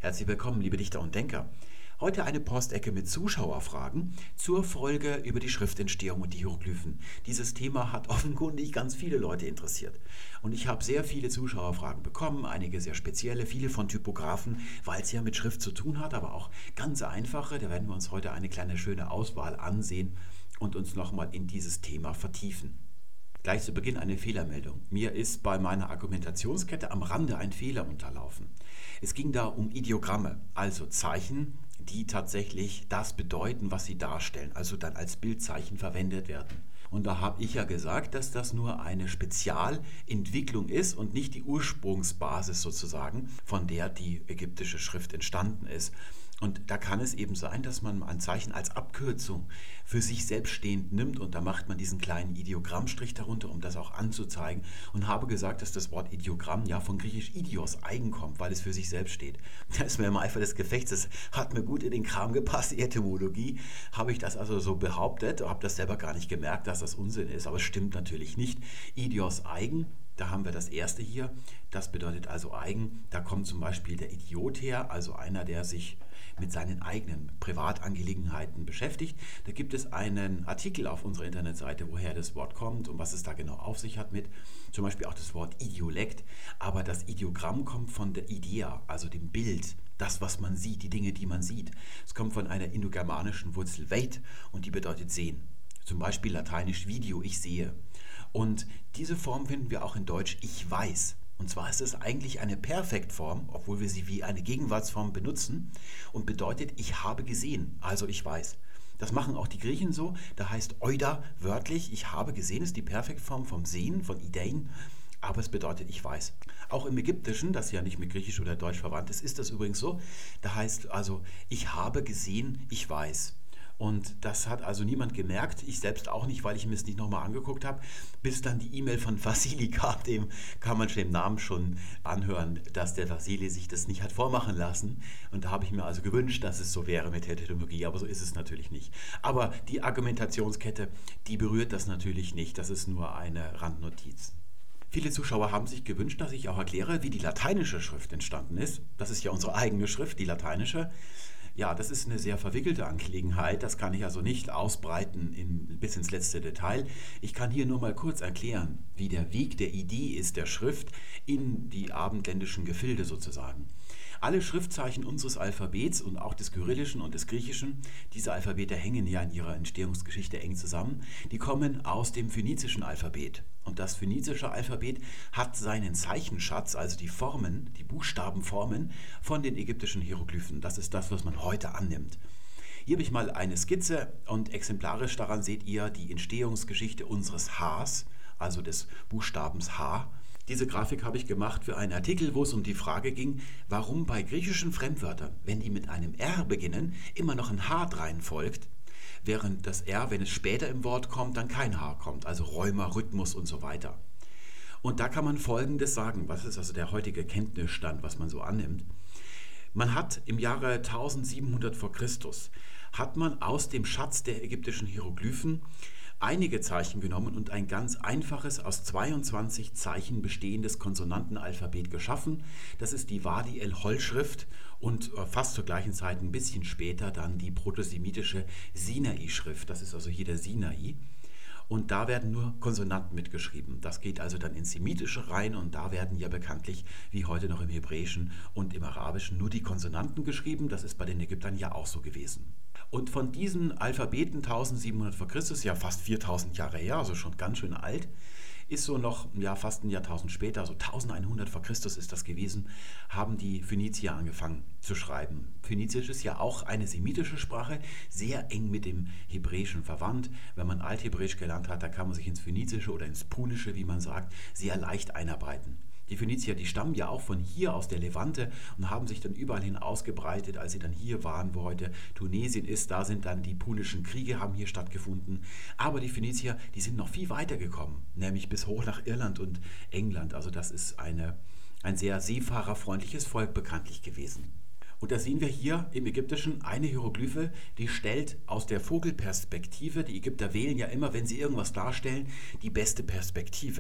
Herzlich willkommen, liebe Dichter und Denker. Heute eine Postecke mit Zuschauerfragen zur Folge über die Schriftentstehung und die Hieroglyphen. Dieses Thema hat offenkundig ganz viele Leute interessiert. Und ich habe sehr viele Zuschauerfragen bekommen, einige sehr spezielle, viele von Typografen, weil es ja mit Schrift zu tun hat, aber auch ganz einfache. Da werden wir uns heute eine kleine schöne Auswahl ansehen und uns nochmal in dieses Thema vertiefen. Gleich zu Beginn eine Fehlermeldung. Mir ist bei meiner Argumentationskette am Rande ein Fehler unterlaufen. Es ging da um Ideogramme, also Zeichen, die tatsächlich das bedeuten, was sie darstellen, also dann als Bildzeichen verwendet werden. Und da habe ich ja gesagt, dass das nur eine Spezialentwicklung ist und nicht die Ursprungsbasis sozusagen, von der die ägyptische Schrift entstanden ist. Und da kann es eben sein, dass man ein Zeichen als Abkürzung für sich selbststehend nimmt und da macht man diesen kleinen Ideogrammstrich darunter, um das auch anzuzeigen. Und habe gesagt, dass das Wort Ideogramm ja von griechisch Idios, eigen kommt, weil es für sich selbst steht. Da ist mir im Eifer des Gefechts, das hat mir gut in den Kram gepasst, die Etymologie, habe ich das also so behauptet, habe das selber gar nicht gemerkt, dass das Unsinn ist, aber es stimmt natürlich nicht. Idios, eigen. Da haben wir das erste hier, das bedeutet also eigen. Da kommt zum Beispiel der Idiot her, also einer, der sich mit seinen eigenen Privatangelegenheiten beschäftigt. Da gibt es einen Artikel auf unserer Internetseite, woher das Wort kommt und was es da genau auf sich hat mit. Zum Beispiel auch das Wort Idiolekt, aber das Ideogramm kommt von der Idea, also dem Bild. Das, was man sieht, die Dinge, die man sieht. Es kommt von einer indogermanischen Wurzel Veit und die bedeutet sehen. Zum Beispiel lateinisch Video, ich sehe. Und diese Form finden wir auch in Deutsch ich weiß. Und zwar ist es eigentlich eine Perfektform, obwohl wir sie wie eine Gegenwartsform benutzen und bedeutet ich habe gesehen, also ich weiß. Das machen auch die Griechen so, da heißt oida wörtlich, ich habe gesehen, ist die Perfektform vom Sehen, von Idein, aber es bedeutet ich weiß. Auch im Ägyptischen, das ja nicht mit Griechisch oder Deutsch verwandt ist das übrigens so, da heißt also ich habe gesehen, ich weiß. Und das hat also niemand gemerkt, ich selbst auch nicht, weil ich mir es nicht nochmal angeguckt habe, bis dann die E-Mail von Vassili kam, dem kann man schon im Namen schon anhören, dass der Vassili sich das nicht hat vormachen lassen. Und da habe ich mir also gewünscht, dass es so wäre mit der Etymologie, aber so ist es natürlich nicht. Aber die Argumentationskette, die berührt das natürlich nicht, das ist nur eine Randnotiz. Viele Zuschauer haben sich gewünscht, dass ich auch erkläre, wie die lateinische Schrift entstanden ist. Das ist ja unsere eigene Schrift, die lateinische. Ja, das ist eine sehr verwickelte Angelegenheit. Das kann ich also nicht ausbreiten bis ins letzte Detail. Ich kann hier nur mal kurz erklären, wie der Weg der Idee ist der Schrift in die abendländischen Gefilde sozusagen. Alle Schriftzeichen unseres Alphabets und auch des Kyrillischen und des Griechischen, diese Alphabete hängen ja in ihrer Entstehungsgeschichte eng zusammen, die kommen aus dem phönizischen Alphabet. Und das phönizische Alphabet hat seinen Zeichenschatz, also die Formen, die Buchstabenformen von den ägyptischen Hieroglyphen. Das ist das, was man heute annimmt. Hier habe ich mal eine Skizze und exemplarisch daran seht ihr die Entstehungsgeschichte unseres Hs, also des Buchstabens H. Diese Grafik habe ich gemacht für einen Artikel, wo es um die Frage ging, warum bei griechischen Fremdwörtern, wenn die mit einem R beginnen, immer noch ein H drein folgt, während das R, wenn es später im Wort kommt, dann kein H kommt, also Rheuma, Rhythmus und so weiter. Und da kann man Folgendes sagen, was ist also der heutige Kenntnisstand, was man so annimmt. Man hat im Jahre 1700 vor Christus, hat man aus dem Schatz der ägyptischen Hieroglyphen einige Zeichen genommen und ein ganz einfaches, aus 22 Zeichen bestehendes Konsonantenalphabet geschaffen. Das ist die Wadi el-Hol-Schrift und fast zur gleichen Zeit ein bisschen später dann die protosemitische Sinai-Schrift. Das ist also hier der Sinai. Und da werden nur Konsonanten mitgeschrieben. Das geht also dann ins Semitische rein und da werden ja bekanntlich, wie heute noch im Hebräischen und im Arabischen, nur die Konsonanten geschrieben. Das ist bei den Ägyptern ja auch so gewesen. Und von diesen Alphabeten 1700 vor Christus, ja fast 4000 Jahre her, also schon ganz schön alt, ist so noch fast ein Jahrtausend später, also 1100 vor Christus ist das gewesen, haben die Phönizier angefangen zu schreiben. Phönizisch ist ja auch eine semitische Sprache, sehr eng mit dem Hebräischen verwandt. Wenn man Althebräisch gelernt hat, da kann man sich ins Phönizische oder ins Punische, wie man sagt, sehr leicht einarbeiten. Die Phönizier, die stammen ja auch von hier aus der Levante und haben sich dann überall hin ausgebreitet, als sie dann hier waren, wo heute Tunesien ist. Da sind dann die Punischen Kriege, haben hier stattgefunden. Aber die Phönizier, die sind noch viel weiter gekommen, nämlich bis hoch nach Irland und England. Also das ist ein sehr seefahrerfreundliches Volk bekanntlich gewesen. Und da sehen wir hier im Ägyptischen eine Hieroglyphe, die stellt aus der Vogelperspektive, die Ägypter wählen ja immer, wenn sie irgendwas darstellen, die beste Perspektive.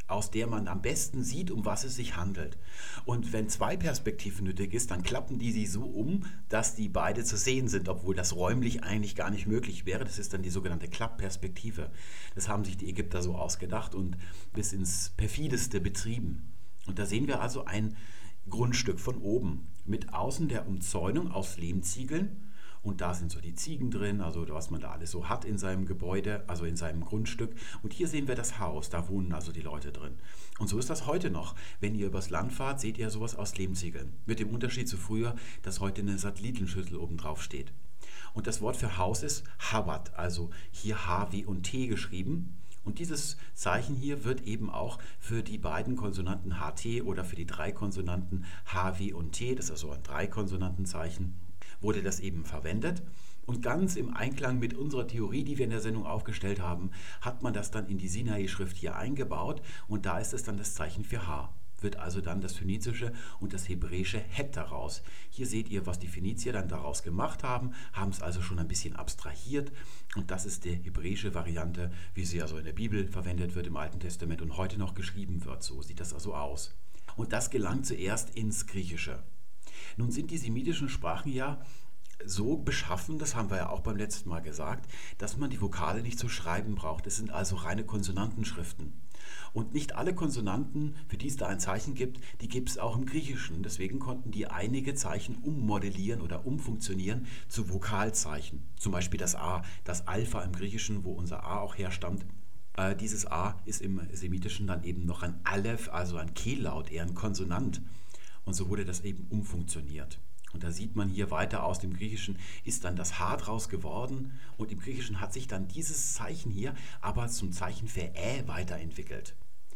aus der man am besten sieht, um was es sich handelt. Und wenn zwei Perspektiven nötig ist, dann klappen die sie so um, dass die beide zu sehen sind, obwohl das räumlich eigentlich gar nicht möglich wäre. Das ist dann die sogenannte Klappperspektive. Das haben sich die Ägypter so ausgedacht und bis ins Perfideste betrieben. Und da sehen wir also ein Grundstück von oben mit außen der Umzäunung aus Lehmziegeln. Und da sind so die Ziegen drin, also was man da alles so hat in seinem Gebäude, also in seinem Grundstück. Und hier sehen wir das Haus, da wohnen also die Leute drin. Und so ist das heute noch. Wenn ihr übers Land fahrt, seht ihr sowas aus Lehmziegeln. Mit dem Unterschied zu früher, dass heute eine Satellitenschüssel oben drauf steht. Und das Wort für Haus ist Hawat, also hier H, W und T geschrieben. Und dieses Zeichen hier wird eben auch für die beiden Konsonanten HT oder für die drei Konsonanten H, W und T, das ist also ein Dreikonsonantenzeichen, wurde das eben verwendet. Und ganz im Einklang mit unserer Theorie, die wir in der Sendung aufgestellt haben, hat man das dann in die Sinai-Schrift hier eingebaut und da ist es dann das Zeichen für H. Wird also dann das phönizische und das hebräische Het daraus. Hier seht ihr, was die Phönizier dann daraus gemacht haben es also schon ein bisschen abstrahiert und das ist die hebräische Variante, wie sie also in der Bibel verwendet wird im Alten Testament und heute noch geschrieben wird. So sieht das also aus. Und das gelangt zuerst ins Griechische. Nun sind die semitischen Sprachen ja so beschaffen, das haben wir ja auch beim letzten Mal gesagt, dass man die Vokale nicht zu schreiben braucht. Es sind also reine Konsonantenschriften. Und nicht alle Konsonanten, für die es da ein Zeichen gibt, die gibt es auch im Griechischen. Deswegen konnten die einige Zeichen ummodellieren oder umfunktionieren zu Vokalzeichen. Zum Beispiel das A, das Alpha im Griechischen, wo unser A auch herstammt. Dieses A ist im Semitischen dann eben noch ein Aleph, also ein Kehllaut, eher ein Konsonant. Und so wurde das eben umfunktioniert. Und da sieht man hier weiter aus dem Griechischen, ist dann das H draus geworden und im Griechischen hat sich dann dieses Zeichen hier aber zum Zeichen für Ä weiterentwickelt.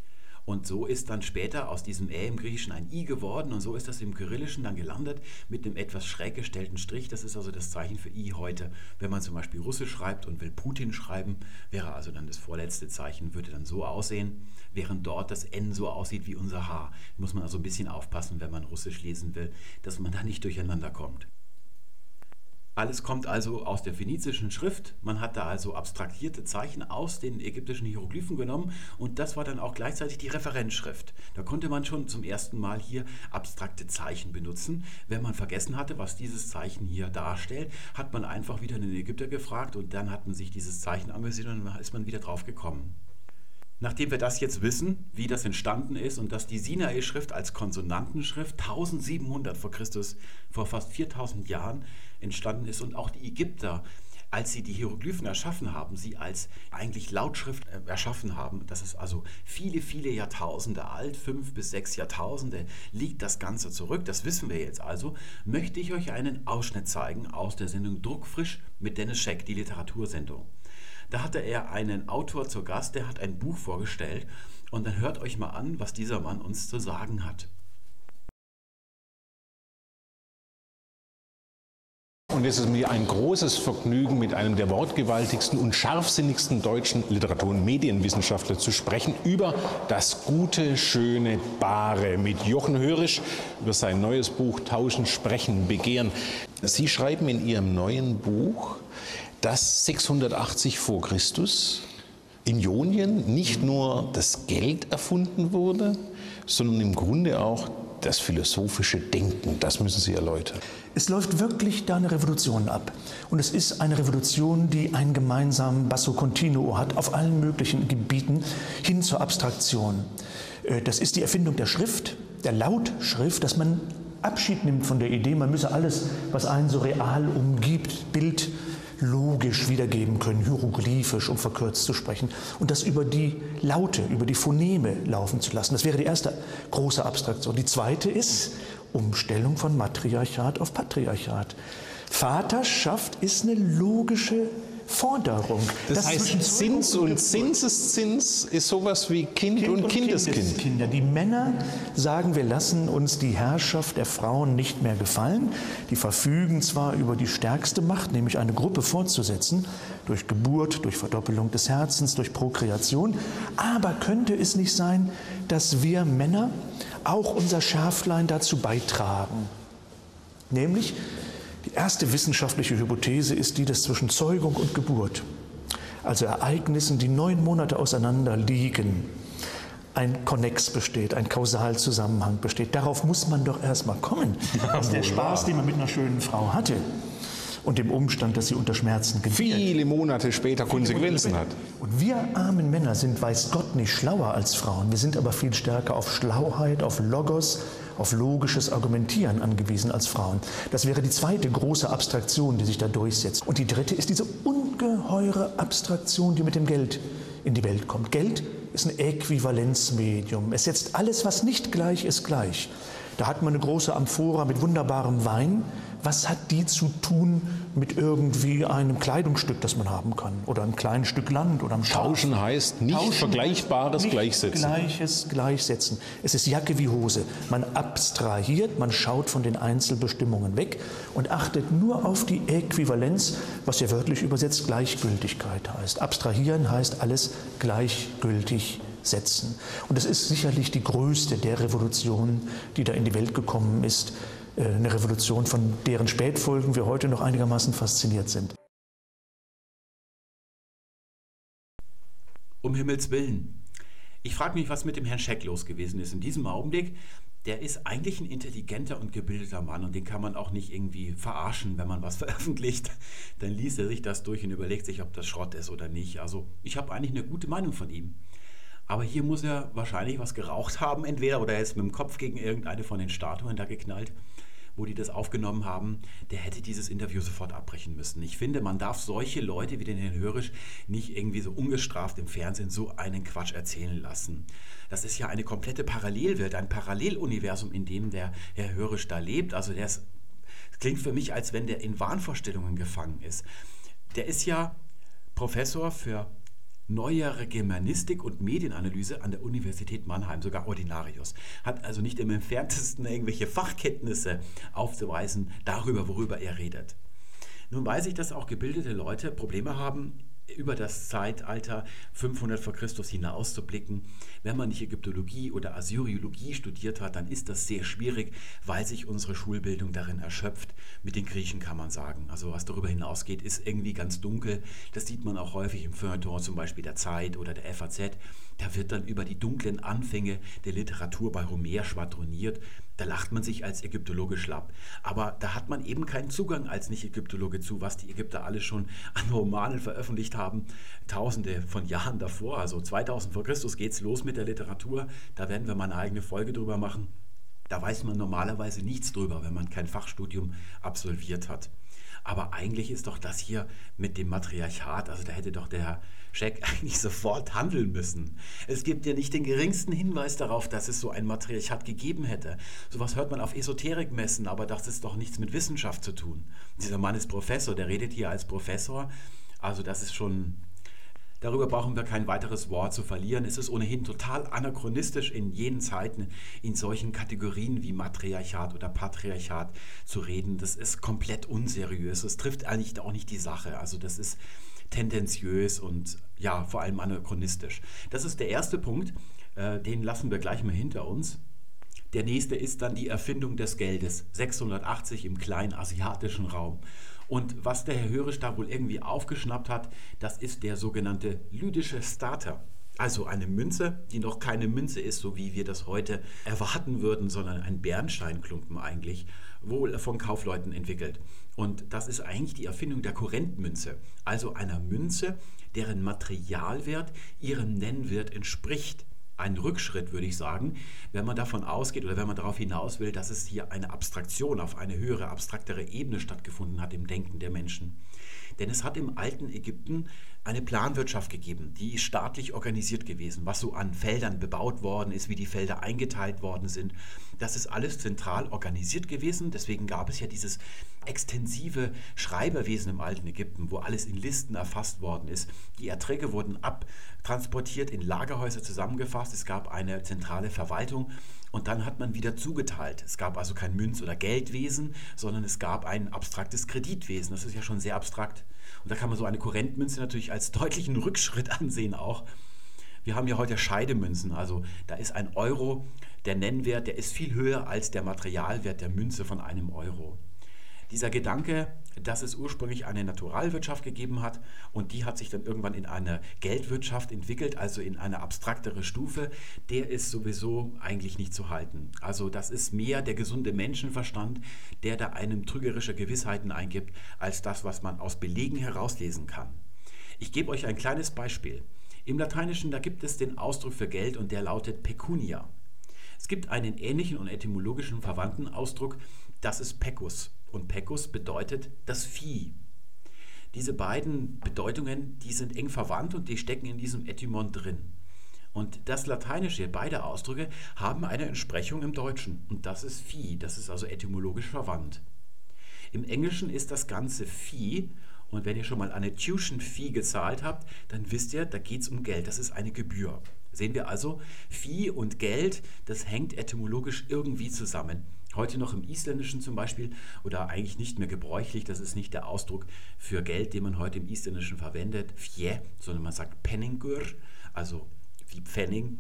Und so ist dann später aus diesem Ä im Griechischen ein I geworden und so ist das im Kyrillischen dann gelandet mit einem etwas schräg gestellten Strich. Das ist also das Zeichen für I heute. Wenn man zum Beispiel Russisch schreibt und will Putin schreiben, wäre also dann das vorletzte Zeichen, würde dann so aussehen, während dort das N so aussieht wie unser H. Muss man also ein bisschen aufpassen, wenn man Russisch lesen will, dass man da nicht durcheinander kommt. Alles kommt also aus der phönizischen Schrift. Man hat da also abstrahierte Zeichen aus den ägyptischen Hieroglyphen genommen und das war dann auch gleichzeitig die Referenzschrift. Da konnte man schon zum ersten Mal hier abstrakte Zeichen benutzen. Wenn man vergessen hatte, was dieses Zeichen hier darstellt, hat man einfach wieder einen Ägypter gefragt und dann hat man sich dieses Zeichen angesehen und dann ist man wieder drauf gekommen. Nachdem wir das jetzt wissen, wie das entstanden ist und dass die Sinai-Schrift als Konsonantenschrift 1700 vor Christus, vor fast 4000 Jahren entstanden ist und auch die Ägypter, als sie die Hieroglyphen erschaffen haben, sie als eigentlich Lautschrift erschaffen haben, das ist also viele, viele Jahrtausende alt, 5 bis 6 Jahrtausende liegt das Ganze zurück, das wissen wir jetzt also, möchte ich euch einen Ausschnitt zeigen aus der Sendung Druckfrisch mit Dennis Scheck, die Literatursendung. Da hatte er einen Autor zu Gast, der hat ein Buch vorgestellt und dann hört euch mal an, was dieser Mann uns zu sagen hat. Und es ist mir ein großes Vergnügen, mit einem der wortgewaltigsten und scharfsinnigsten deutschen Literatur- und Medienwissenschaftler zu sprechen über das Gute, Schöne, Bahre mit Jochen Hörisch über sein neues Buch Tauschen, Sprechen, Begehren. Sie schreiben in Ihrem neuen Buch, dass 680 vor Christus in Ionien nicht nur das Geld erfunden wurde, sondern im Grunde auch das philosophische Denken. Das müssen Sie erläutern. Es läuft wirklich da eine Revolution ab. Und es ist eine Revolution, die einen gemeinsamen Basso Continuo hat, auf allen möglichen Gebieten hin zur Abstraktion. Das ist die Erfindung der Schrift, der Lautschrift, dass man Abschied nimmt von der Idee, man müsse alles, was einen so real umgibt, Bild, logisch wiedergeben können, hieroglyphisch, um verkürzt zu sprechen, und das über die Laute, über die Phoneme laufen zu lassen. Das wäre die erste große Abstraktion. Die zweite ist Umstellung von Matriarchat auf Patriarchat. Vaterschaft ist eine logische Forderung. Das heißt, Zins und Zinseszins ist sowas wie Kind und Kindeskind. Kindeskinder. Die Männer sagen, wir lassen uns die Herrschaft der Frauen nicht mehr gefallen. Die verfügen zwar über die stärkste Macht, nämlich eine Gruppe fortzusetzen, durch Geburt, durch Verdoppelung des Herzens, durch Prokreation. Aber könnte es nicht sein, dass wir Männer auch unser Schärflein dazu beitragen? Nämlich, die erste wissenschaftliche Hypothese ist die, dass zwischen Zeugung und Geburt, also Ereignissen, die 9 Monate auseinander liegen, ein Konnex besteht, ein Kausalzusammenhang besteht. Darauf muss man doch erstmal kommen, dass der Spaß, den man mit einer schönen Frau hatte und dem Umstand, dass sie unter Schmerzen gebiert, viele Monate später Konsequenzen hat. Und wir armen Männer sind, weiß Gott, nicht schlauer als Frauen. Wir sind aber viel stärker auf Schlauheit, auf Logos, auf logisches Argumentieren angewiesen als Frauen. Das wäre die zweite große Abstraktion, die sich da durchsetzt. Und die dritte ist diese ungeheure Abstraktion, die mit dem Geld in die Welt kommt. Geld ist ein Äquivalenzmedium. Es setzt alles, was nicht gleich ist, gleich. Da hat man eine große Amphora mit wunderbarem Wein. Was hat die zu tun mit irgendwie einem Kleidungsstück, das man haben kann? Oder einem kleinen Stück Land oder einem Schaf? Tauschen heißt nicht Vergleichbares gleichsetzen. Gleiches gleichsetzen. Es ist Jacke wie Hose. Man abstrahiert, man schaut von den Einzelbestimmungen weg und achtet nur auf die Äquivalenz, was ja wörtlich übersetzt Gleichgültigkeit heißt. Abstrahieren heißt alles gleichgültig setzen. Und das ist sicherlich die größte der Revolutionen, die da in die Welt gekommen ist. Eine Revolution, von deren Spätfolgen wir heute noch einigermaßen fasziniert sind. Um Himmels Willen. Ich frage mich, was mit dem Herrn Scheck los gewesen ist in diesem Augenblick. Der ist eigentlich ein intelligenter und gebildeter Mann und den kann man auch nicht irgendwie verarschen, wenn man was veröffentlicht. Dann liest er sich das durch und überlegt sich, ob das Schrott ist oder nicht. Also ich habe eigentlich eine gute Meinung von ihm. Aber hier muss er wahrscheinlich was geraucht haben, entweder, oder er ist mit dem Kopf gegen irgendeine von den Statuen da geknallt, wo die das aufgenommen haben. Der hätte dieses Interview sofort abbrechen müssen. Ich finde, man darf solche Leute wie den Herrn Hörisch nicht irgendwie so ungestraft im Fernsehen so einen Quatsch erzählen lassen. Das ist ja eine komplette Parallelwelt, ein Paralleluniversum, in dem der Herr Hörisch da lebt. Also das klingt für mich, als wenn der in Wahnvorstellungen gefangen ist. Der ist ja Professor für neuere Germanistik und Medienanalyse an der Universität Mannheim, sogar Ordinarius. Hat also nicht im entferntesten irgendwelche Fachkenntnisse aufzuweisen darüber, worüber er redet. Nun weiß ich, dass auch gebildete Leute Probleme haben, über das Zeitalter 500 vor Christus hinaus zu blicken. Wenn man nicht Ägyptologie oder Assyriologie studiert hat, dann ist das sehr schwierig, weil sich unsere Schulbildung darin erschöpft. Mit den Griechen kann man sagen. Also was darüber hinausgeht, ist irgendwie ganz dunkel. Das sieht man auch häufig im Feuilleton, zum Beispiel der Zeit oder der FAZ. Da wird dann über die dunklen Anfänge der Literatur bei Homer schwadroniert. Da lacht man sich als Ägyptologe schlapp. Aber da hat man eben keinen Zugang als Nicht-Ägyptologe zu, was die Ägypter alle schon an Romanen veröffentlicht haben, Tausende von Jahren davor. Also 2000 vor Christus geht es los mit der Literatur. Da werden wir mal eine eigene Folge drüber machen. Da weiß man normalerweise nichts drüber, wenn man kein Fachstudium absolviert hat. Aber eigentlich ist doch das hier mit dem Matriarchat, also da hätte doch der Herr Scheck eigentlich sofort handeln müssen. Es gibt ja nicht den geringsten Hinweis darauf, dass es so ein Matriarchat gegeben hätte. Sowas hört man auf Esoterikmessen, aber das ist doch nichts mit Wissenschaft zu tun. Dieser Mann ist Professor, der redet hier als Professor. Also das ist schon... Darüber brauchen wir kein weiteres Wort zu verlieren. Es ist ohnehin total anachronistisch in jenen Zeiten in solchen Kategorien wie Matriarchat oder Patriarchat zu reden. Das ist komplett unseriös. Es trifft eigentlich auch nicht die Sache. Also das ist tendenziös und ja, vor allem anachronistisch. Das ist der erste Punkt. Den lassen wir gleich mal hinter uns. Der nächste ist dann die Erfindung des Geldes. 680 im kleinen asiatischen Raum. Und was der Herr Hörisch da wohl irgendwie aufgeschnappt hat, das ist der sogenannte lydische Stater. Also eine Münze, die noch keine Münze ist, so wie wir das heute erwarten würden, sondern ein Bernsteinklumpen eigentlich, wohl von Kaufleuten entwickelt. Und das ist eigentlich die Erfindung der Kurrentmünze, also einer Münze, deren Materialwert ihrem Nennwert entspricht. Ein Rückschritt, würde ich sagen, wenn man davon ausgeht oder wenn man darauf hinaus will, dass es hier eine Abstraktion auf eine höhere, abstraktere Ebene stattgefunden hat im Denken der Menschen. Denn es hat im alten Ägypten eine Planwirtschaft gegeben, die ist staatlich organisiert gewesen, was so an Feldern bebaut worden ist, wie die Felder eingeteilt worden sind. Das ist alles zentral organisiert gewesen, deswegen gab es ja dieses extensive Schreiberwesen im alten Ägypten, wo alles in Listen erfasst worden ist. Die Erträge wurden abtransportiert, in Lagerhäuser zusammengefasst, es gab eine zentrale Verwaltung und dann hat man wieder zugeteilt. Es gab also kein Münz- oder Geldwesen, sondern es gab ein abstraktes Kreditwesen. Das ist ja schon sehr abstrakt. Und da kann man so eine Kurrentmünze natürlich als deutlichen Rückschritt ansehen auch. Wir haben ja heute Scheidemünzen, also da ist ein Euro, der Nennwert, der ist viel höher als der Materialwert der Münze von einem Euro. Dieser Gedanke dass es ursprünglich eine Naturalwirtschaft gegeben hat und die hat sich dann irgendwann in eine Geldwirtschaft entwickelt, also in eine abstraktere Stufe, der ist sowieso eigentlich nicht zu halten. Also das ist mehr der gesunde Menschenverstand, der da einem trügerische Gewissheiten eingibt, als das, was man aus Belegen herauslesen kann. Ich gebe euch ein kleines Beispiel. Im Lateinischen, da gibt es den Ausdruck für Geld und der lautet pecunia. Es gibt einen ähnlichen und etymologischen verwandten Ausdruck, das ist pecus. Und pecus bedeutet das Vieh. Diese beiden Bedeutungen, die sind eng verwandt und die stecken in diesem Etymon drin. Und das Lateinische, beide Ausdrücke, haben eine Entsprechung im Deutschen. Und das ist Vieh, das ist also etymologisch verwandt. Im Englischen ist das ganze Vieh, und wenn ihr schon mal eine Tuition Fee gezahlt habt, dann wisst ihr, da geht es um Geld, das ist eine Gebühr. Sehen wir also, Vieh und Geld, das hängt etymologisch irgendwie zusammen. Heute noch im Isländischen zum Beispiel oder eigentlich nicht mehr gebräuchlich, das ist nicht der Ausdruck für Geld, den man heute im Isländischen verwendet, fjä, sondern man sagt penningur, also wie Pfennig.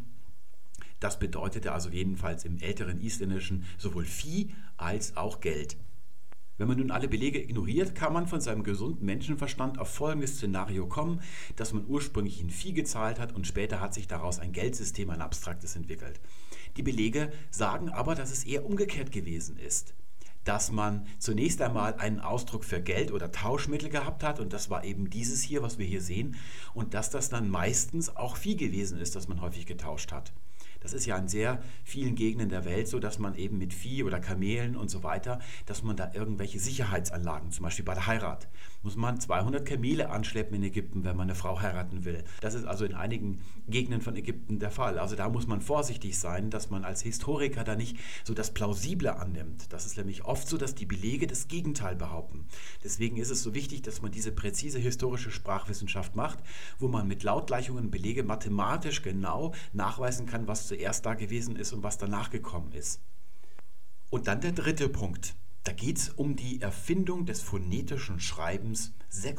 Das bedeutete also jedenfalls im älteren Isländischen sowohl Vieh als auch Geld. Wenn man nun alle Belege ignoriert, kann man von seinem gesunden Menschenverstand auf folgendes Szenario kommen, dass man ursprünglich in Vieh gezahlt hat und später hat sich daraus ein Geldsystem, ein abstraktes entwickelt. Die Belege sagen aber, dass es eher umgekehrt gewesen ist. Dass man zunächst einmal einen Ausdruck für Geld oder Tauschmittel gehabt hat und das war eben dieses hier, was wir hier sehen und dass das dann meistens auch Vieh gewesen ist, das man häufig getauscht hat. Das ist ja in sehr vielen Gegenden der Welt so, dass man eben mit Vieh oder Kamelen und so weiter, dass man da irgendwelche Sicherheitsanlagen, zum Beispiel bei der Heirat, muss man 200 Kamele anschleppen in Ägypten, wenn man eine Frau heiraten will. Das ist also in einigen Gegenden von Ägypten der Fall. Also da muss man vorsichtig sein, dass man als Historiker da nicht so das Plausible annimmt. Das ist nämlich oft so, dass die Belege das Gegenteil behaupten. Deswegen ist es so wichtig, dass man diese präzise historische Sprachwissenschaft macht, wo man mit Lautgleichungen Belege mathematisch genau nachweisen kann, was zuerst da gewesen ist und was danach gekommen ist. Und dann der dritte Punkt. Da geht es um die Erfindung des phonetischen Schreibens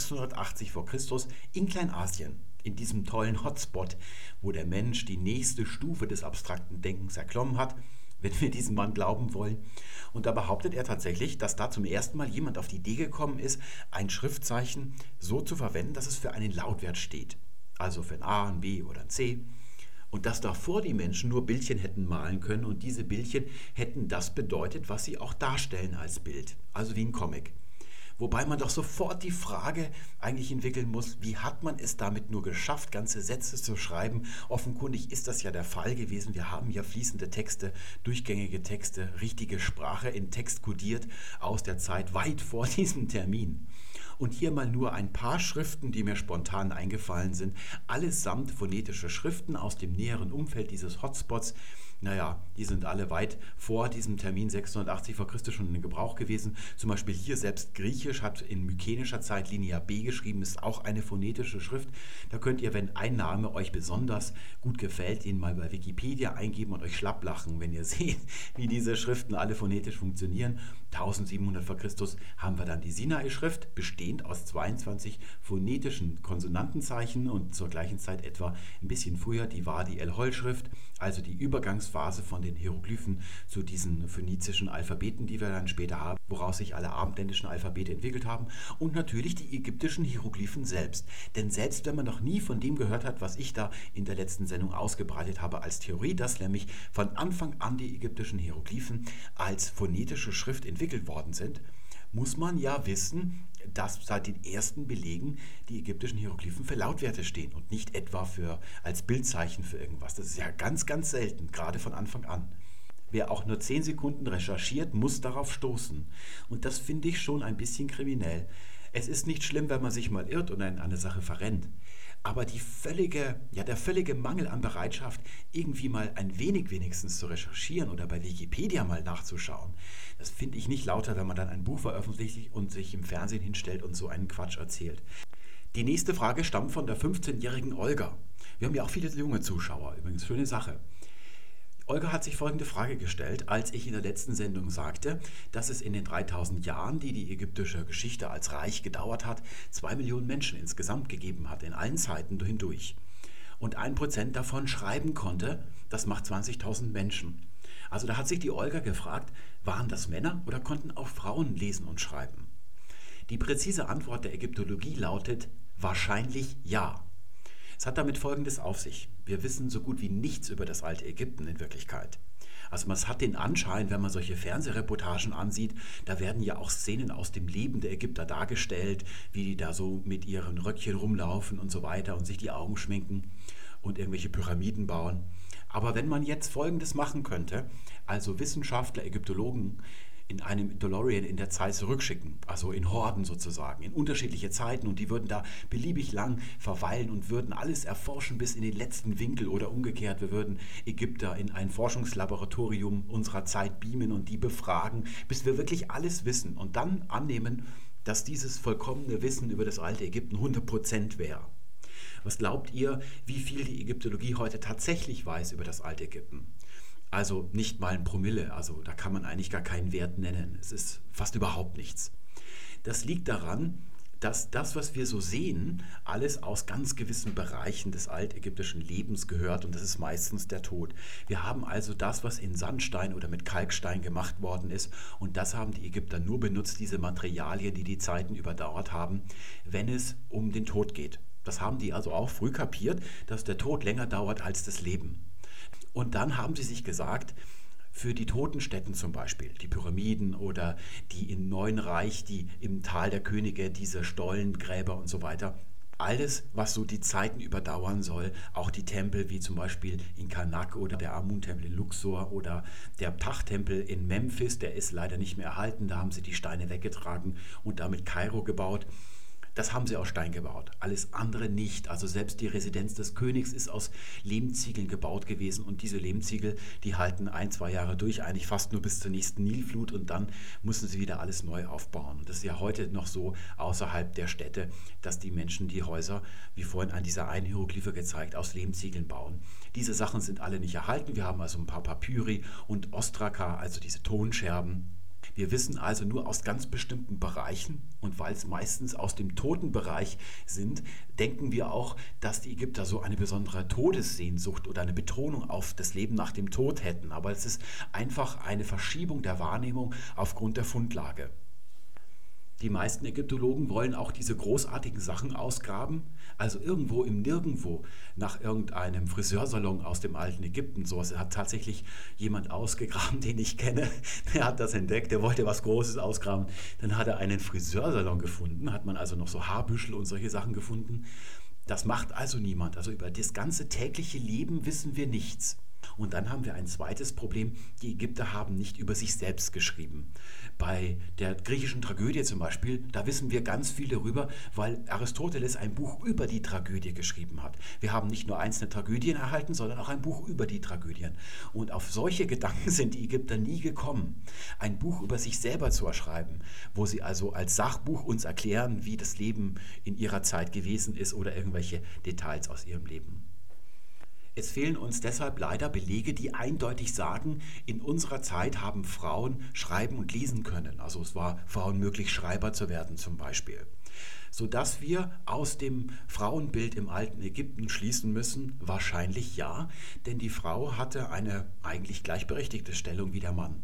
680 vor Christus in Kleinasien, in diesem tollen Hotspot, wo der Mensch die nächste Stufe des abstrakten Denkens erklommen hat, wenn wir diesem Mann glauben wollen. Und da behauptet er tatsächlich, dass da zum ersten Mal jemand auf die Idee gekommen ist, ein Schriftzeichen so zu verwenden, dass es für einen Lautwert steht. Also für ein A, ein B oder ein C. Und dass davor die Menschen nur Bildchen hätten malen können und diese Bildchen hätten das bedeutet, was sie auch darstellen als Bild, also wie ein Comic. Wobei man doch sofort die Frage eigentlich entwickeln muss, wie hat man es damit nur geschafft, ganze Sätze zu schreiben? Offenkundig ist das ja der Fall gewesen. Wir haben ja fließende Texte, durchgängige Texte, richtige Sprache in Text kodiert aus der Zeit weit vor diesem Termin. Und hier mal nur ein paar Schriften, die mir spontan eingefallen sind, allesamt phonetische Schriften aus dem näheren Umfeld dieses Hotspots. Naja, die sind alle weit vor diesem Termin 680 vor Christus schon in Gebrauch gewesen. Zum Beispiel hier selbst Griechisch hat in mykenischer Zeit Linia B geschrieben, ist auch eine phonetische Schrift. Da könnt ihr, wenn ein Name euch besonders gut gefällt, ihn mal bei Wikipedia eingeben und euch schlapp lachen, wenn ihr seht, wie diese Schriften alle phonetisch funktionieren. 1700 vor Christus haben wir dann die Sinai-Schrift, bestehend aus 22 phonetischen Konsonantenzeichen und zur gleichen Zeit etwa ein bisschen früher die Wadi-el-Hol-Schrift, also die Übergangsphase von den Hieroglyphen zu diesen phönizischen Alphabeten, die wir dann später haben, woraus sich alle abendländischen Alphabete entwickelt haben und natürlich die ägyptischen Hieroglyphen selbst. Denn selbst wenn man noch nie von dem gehört hat, was ich da in der letzten Sendung ausgebreitet habe als Theorie, dass nämlich von Anfang an die ägyptischen Hieroglyphen als phonetische Schrift entwickelt worden sind, muss man ja wissen, dass seit den ersten Belegen die ägyptischen Hieroglyphen für Lautwerte stehen und nicht etwa als Bildzeichen für irgendwas. Das ist ja ganz, ganz selten, gerade von Anfang an. Wer auch nur 10 Sekunden recherchiert, muss darauf stoßen. Und das finde ich schon ein bisschen kriminell. Es ist nicht schlimm, wenn man sich mal irrt und in eine Sache verrennt. Aber der völlige Mangel an Bereitschaft, irgendwie mal ein wenig wenigstens zu recherchieren oder bei Wikipedia mal nachzuschauen, das finde ich nicht lauter, wenn man dann ein Buch veröffentlicht und sich im Fernsehen hinstellt und so einen Quatsch erzählt. Die nächste Frage stammt von der 15-jährigen Olga. Wir haben ja auch viele junge Zuschauer, übrigens schöne Sache. Olga hat sich folgende Frage gestellt, als ich in der letzten Sendung sagte, dass es in den 3000 Jahren, die die ägyptische Geschichte als Reich gedauert hat, 2 Millionen Menschen insgesamt gegeben hat, in allen Zeiten hindurch. Und 1% davon schreiben konnte, das macht 20.000 Menschen. Also da hat sich die Olga gefragt, waren das Männer oder konnten auch Frauen lesen und schreiben? Die präzise Antwort der Ägyptologie lautet wahrscheinlich ja. Es hat damit Folgendes auf sich. Wir wissen so gut wie nichts über das alte Ägypten in Wirklichkeit. Also man hat den Anschein, wenn man solche Fernsehreportagen ansieht, da werden ja auch Szenen aus dem Leben der Ägypter dargestellt, wie die da so mit ihren Röckchen rumlaufen und so weiter und sich die Augen schminken und irgendwelche Pyramiden bauen. Aber wenn man jetzt Folgendes machen könnte, also Wissenschaftler, Ägyptologen in einem DeLorean in der Zeit zurückschicken, also in Horden sozusagen, in unterschiedliche Zeiten, und die würden da beliebig lang verweilen und würden alles erforschen bis in den letzten Winkel oder umgekehrt. Wir würden Ägypter in ein Forschungslaboratorium unserer Zeit beamen und die befragen, bis wir wirklich alles wissen und dann annehmen, dass dieses vollkommene Wissen über das alte Ägypten 100% wäre. Was glaubt ihr, wie viel die Ägyptologie heute tatsächlich weiß über das alte Ägypten? Also nicht mal ein Promille, also da kann man eigentlich gar keinen Wert nennen. Es ist fast überhaupt nichts. Das liegt daran, dass das, was wir so sehen, alles aus ganz gewissen Bereichen des altägyptischen Lebens gehört, und das ist meistens der Tod. Wir haben also das, was in Sandstein oder mit Kalkstein gemacht worden ist, und das haben die Ägypter nur benutzt, diese Materialien, die die Zeiten überdauert haben, wenn es um den Tod geht. Das haben die also auch früh kapiert, dass der Tod länger dauert als das Leben. Und dann haben sie sich gesagt, für die Totenstätten zum Beispiel, die Pyramiden oder die im Neuen Reich, die im Tal der Könige, diese Stollengräber und so weiter, alles, was so die Zeiten überdauern soll, auch die Tempel wie zum Beispiel in Karnak oder der Amun-Tempel in Luxor oder der Ptah-Tempel in Memphis, der ist leider nicht mehr erhalten, da haben sie die Steine weggetragen und damit Kairo gebaut. Das haben sie aus Stein gebaut, alles andere nicht. Also selbst die Residenz des Königs ist aus Lehmziegeln gebaut gewesen, und diese Lehmziegel, die halten 1-2 Jahre durch, eigentlich fast nur bis zur nächsten Nilflut, und dann müssen sie wieder alles neu aufbauen. Und das ist ja heute noch so außerhalb der Städte, dass die Menschen die Häuser, wie vorhin an dieser einen Hieroglyphe gezeigt, aus Lehmziegeln bauen. Diese Sachen sind alle nicht erhalten. Wir haben also ein paar Papyri und Ostraka, also diese Tonscherben. Wir wissen also nur aus ganz bestimmten Bereichen, und weil es meistens aus dem Totenbereich sind, denken wir auch, dass die Ägypter so eine besondere Todessehnsucht oder eine Betonung auf das Leben nach dem Tod hätten. Aber es ist einfach eine Verschiebung der Wahrnehmung aufgrund der Fundlage. Die meisten Ägyptologen wollen auch diese großartigen Sachen ausgraben, also irgendwo im Nirgendwo nach irgendeinem Friseursalon aus dem alten Ägypten. So hat tatsächlich jemand ausgegraben, den ich kenne, der hat das entdeckt, der wollte was Großes ausgraben. Dann hat er einen Friseursalon gefunden, hat man also noch so Haarbüschel und solche Sachen gefunden. Das macht also niemand. Also über das ganze tägliche Leben wissen wir nichts. Und dann haben wir ein zweites Problem, die Ägypter haben nicht über sich selbst geschrieben. Bei der griechischen Tragödie zum Beispiel, da wissen wir ganz viel darüber, weil Aristoteles ein Buch über die Tragödie geschrieben hat. Wir haben nicht nur einzelne Tragödien erhalten, sondern auch ein Buch über die Tragödien. Und auf solche Gedanken sind die Ägypter nie gekommen, ein Buch über sich selber zu erschreiben, wo sie also als Sachbuch uns erklären, wie das Leben in ihrer Zeit gewesen ist oder irgendwelche Details aus ihrem Leben. Es fehlen uns deshalb leider Belege, die eindeutig sagen, in unserer Zeit haben Frauen schreiben und lesen können. Also es war Frauen möglich, Schreiber zu werden zum Beispiel. Sodass wir aus dem Frauenbild im alten Ägypten schließen müssen, wahrscheinlich ja, denn die Frau hatte eine eigentlich gleichberechtigte Stellung wie der Mann.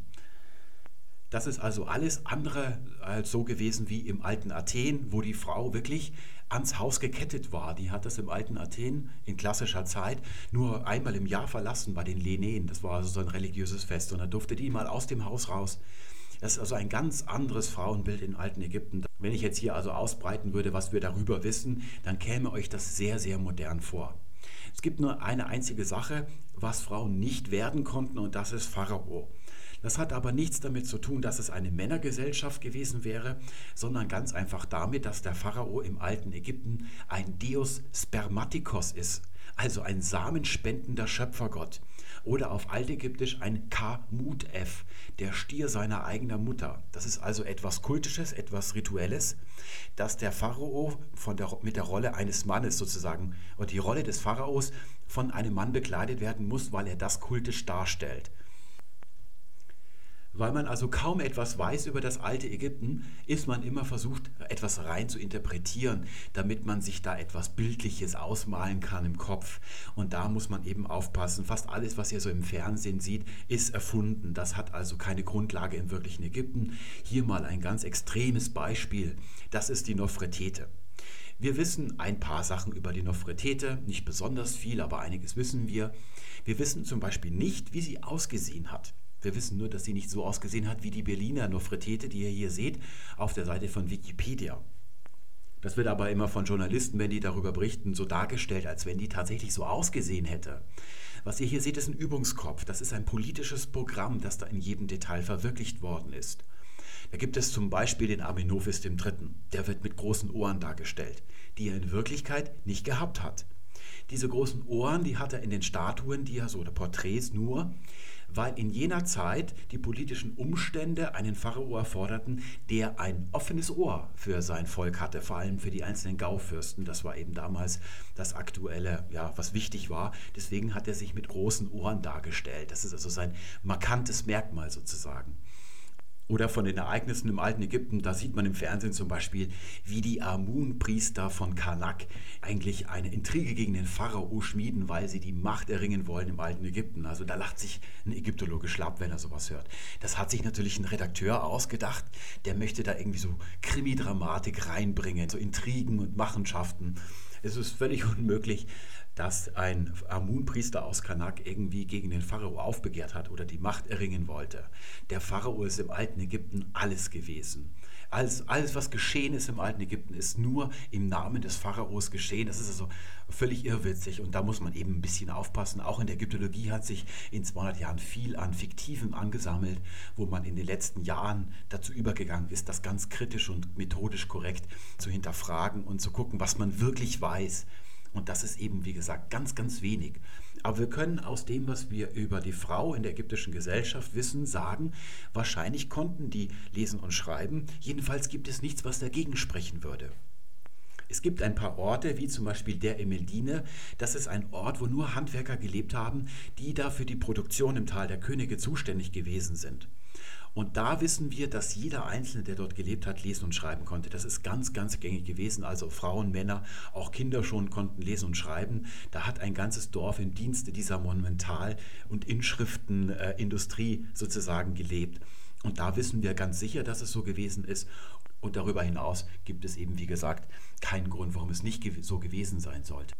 Das ist also alles andere als so gewesen wie im alten Athen, wo die Frau wirklich ans Haus gekettet war. Die hat das im alten Athen in klassischer Zeit nur einmal im Jahr verlassen bei den Leneen. Das war also so ein religiöses Fest, und da durfte die mal aus dem Haus raus. Das ist also ein ganz anderes Frauenbild im alten Ägypten. Wenn ich jetzt hier also ausbreiten würde, was wir darüber wissen, dann käme euch das sehr, sehr modern vor. Es gibt nur eine einzige Sache, was Frauen nicht werden konnten, und das ist Pharao. Das hat aber nichts damit zu tun, dass es eine Männergesellschaft gewesen wäre, sondern ganz einfach damit, dass der Pharao im alten Ägypten ein Deus Spermatikos ist, also ein samenspendender Schöpfergott. Oder auf Altägyptisch ein Ka-Mut-F, der Stier seiner eigenen Mutter. Das ist also etwas Kultisches, etwas Rituelles, dass der Pharao mit der Rolle eines Mannes sozusagen, und die Rolle des Pharaos von einem Mann bekleidet werden muss, weil er das kultisch darstellt. Weil man also kaum etwas weiß über das alte Ägypten, ist man immer versucht, etwas rein zu interpretieren, damit man sich da etwas Bildliches ausmalen kann im Kopf. Und da muss man eben aufpassen. Fast alles, was ihr so im Fernsehen seht, ist erfunden. Das hat also keine Grundlage im wirklichen Ägypten. Hier mal ein ganz extremes Beispiel. Das ist die Nofretete. Wir wissen ein paar Sachen über die Nofretete, nicht besonders viel, aber einiges wissen wir. Wir wissen zum Beispiel nicht, wie sie ausgesehen hat. Wir wissen nur, dass sie nicht so ausgesehen hat wie die Berliner Nofretete, die ihr hier seht, auf der Seite von Wikipedia. Das wird aber immer von Journalisten, wenn die darüber berichten, so dargestellt, als wenn die tatsächlich so ausgesehen hätte. Was ihr hier seht, ist ein Übungskopf. Das ist ein politisches Programm, das da in jedem Detail verwirklicht worden ist. Da gibt es zum Beispiel den Amenophis III. Der wird mit großen Ohren dargestellt, die er in Wirklichkeit nicht gehabt hat. Diese großen Ohren, die hat er in den Statuen, oder Porträts nur, weil in jener Zeit die politischen Umstände einen Pharao erforderten, der ein offenes Ohr für sein Volk hatte, vor allem für die einzelnen Gaufürsten. Das war eben damals das Aktuelle, was wichtig war. Deswegen hat er sich mit großen Ohren dargestellt. Das ist also sein markantes Merkmal sozusagen. Oder von den Ereignissen im alten Ägypten, da sieht man im Fernsehen zum Beispiel, wie die Amun-Priester von Karnak eigentlich eine Intrige gegen den Pharao schmieden, weil sie die Macht erringen wollen im alten Ägypten. Also da lacht sich ein Ägyptologe schlapp, wenn er sowas hört. Das hat sich natürlich ein Redakteur ausgedacht, der möchte da irgendwie so Krimi-Dramatik reinbringen, so Intrigen und Machenschaften. Es ist völlig unmöglich, dass ein Amun-Priester aus Karnak irgendwie gegen den Pharao aufbegehrt hat oder die Macht erringen wollte. Der Pharao ist im alten Ägypten alles gewesen. Alles, was geschehen ist im alten Ägypten, ist nur im Namen des Pharaos geschehen. Das ist also völlig irrwitzig und da muss man eben ein bisschen aufpassen. Auch in der Ägyptologie hat sich in 200 Jahren viel an Fiktiven angesammelt, wo man in den letzten Jahren dazu übergegangen ist, das ganz kritisch und methodisch korrekt zu hinterfragen und zu gucken, was man wirklich weiß. Und das ist eben, wie gesagt, ganz, ganz wenig. Aber wir können aus dem, was wir über die Frau in der ägyptischen Gesellschaft wissen, sagen, wahrscheinlich konnten die lesen und schreiben. Jedenfalls gibt es nichts, was dagegen sprechen würde. Es gibt ein paar Orte, wie zum Beispiel der Emeldine. Das ist ein Ort, wo nur Handwerker gelebt haben, die da für die Produktion im Tal der Könige zuständig gewesen sind. Und da wissen wir, dass jeder Einzelne, der dort gelebt hat, lesen und schreiben konnte. Das ist ganz, ganz gängig gewesen. Also Frauen, Männer, auch Kinder schon konnten lesen und schreiben. Da hat ein ganzes Dorf im Dienste dieser Monumental- und Inschriftenindustrie sozusagen gelebt. Und da wissen wir ganz sicher, dass es so gewesen ist. Und darüber hinaus gibt es eben, wie gesagt, keinen Grund, warum es nicht so gewesen sein sollte.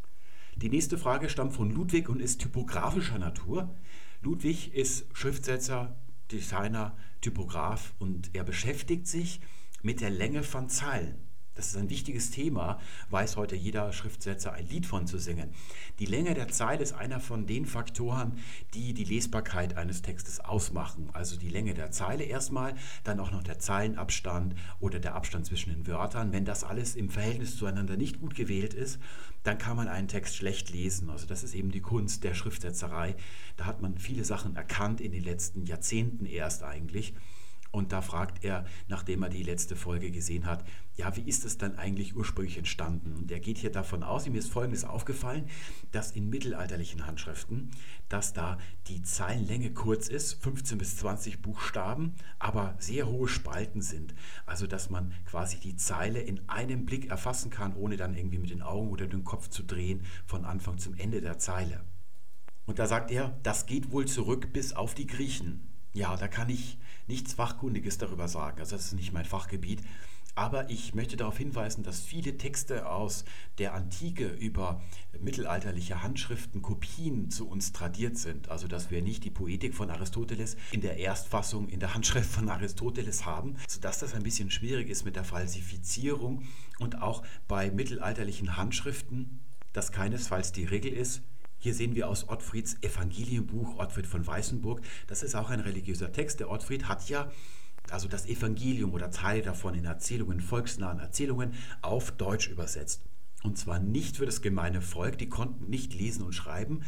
Die nächste Frage stammt von Ludwig und ist typografischer Natur. Ludwig ist Schriftsetzer, Designer, Typograf und er beschäftigt sich mit der Länge von Zeilen. Das ist ein wichtiges Thema, weiß heute jeder Schriftsetzer ein Lied von zu singen. Die Länge der Zeile ist einer von den Faktoren, die die Lesbarkeit eines Textes ausmachen. Also die Länge der Zeile erstmal, dann auch noch der Zeilenabstand oder der Abstand zwischen den Wörtern. Wenn das alles im Verhältnis zueinander nicht gut gewählt ist, dann kann man einen Text schlecht lesen. Also das ist eben die Kunst der Schriftsetzerei. Da hat man viele Sachen erkannt in den letzten Jahrzehnten erst eigentlich. Und da fragt er, nachdem er die letzte Folge gesehen hat, wie ist es dann eigentlich ursprünglich entstanden? Und er geht hier davon aus, ihm ist Folgendes aufgefallen, dass in mittelalterlichen Handschriften, dass da die Zeilenlänge kurz ist, 15 bis 20 Buchstaben, aber sehr hohe Spalten sind. Also dass man quasi die Zeile in einem Blick erfassen kann, ohne dann irgendwie mit den Augen oder den Kopf zu drehen, von Anfang zum Ende der Zeile. Und da sagt er, das geht wohl zurück bis auf die Griechen. Ja, da kann ich nichts Fachkundiges darüber sagen, also das ist nicht mein Fachgebiet, aber ich möchte darauf hinweisen, dass viele Texte aus der Antike über mittelalterliche Handschriften, Kopien zu uns tradiert sind, also dass wir nicht die Poetik von Aristoteles in der Erstfassung in der Handschrift von Aristoteles haben, sodass das ein bisschen schwierig ist mit der Falsifizierung und auch bei mittelalterlichen Handschriften, das keinesfalls die Regel ist. Hier sehen wir aus Ottfrieds Evangelienbuch, Ottfried von Weißenburg. Das ist auch ein religiöser Text. Der Ottfried hat ja also das Evangelium oder Teile davon in Erzählungen, volksnahen Erzählungen auf Deutsch übersetzt. Und zwar nicht für das gemeine Volk, die konnten nicht lesen und schreiben,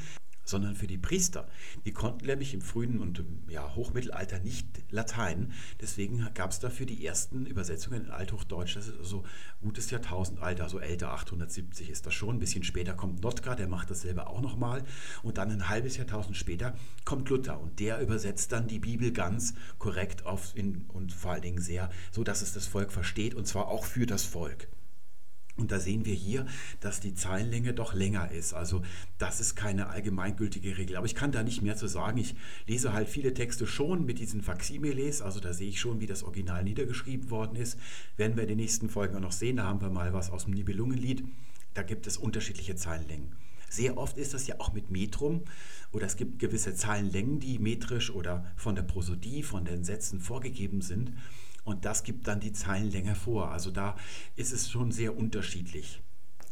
sondern für die Priester. Die konnten nämlich im frühen und Hochmittelalter nicht Latein. Deswegen gab es dafür die ersten Übersetzungen in Althochdeutsch. Das ist also gutes Jahrtausend alt, also älter, 870 ist das schon. Ein bisschen später kommt Notker, der macht dasselbe auch nochmal. Und dann ein halbes Jahrtausend später kommt Luther. Und der übersetzt dann die Bibel ganz korrekt und vor allen Dingen sehr, so dass es das Volk versteht, und zwar auch für das Volk. Und da sehen wir hier, dass die Zeilenlänge doch länger ist. Also das ist keine allgemeingültige Regel. Aber ich kann da nicht mehr zu sagen. Ich lese halt viele Texte schon mit diesen Faximiles. Also da sehe ich schon, wie das Original niedergeschrieben worden ist. Werden wir in den nächsten Folgen auch noch sehen. Da haben wir mal was aus dem Nibelungenlied. Da gibt es unterschiedliche Zeilenlängen. Sehr oft ist das ja auch mit Metrum, oder es gibt gewisse Zeilenlängen, die metrisch oder von der Prosodie, von den Sätzen vorgegeben sind. Und das gibt dann die Zeilenlänge vor. Also da ist es schon sehr unterschiedlich.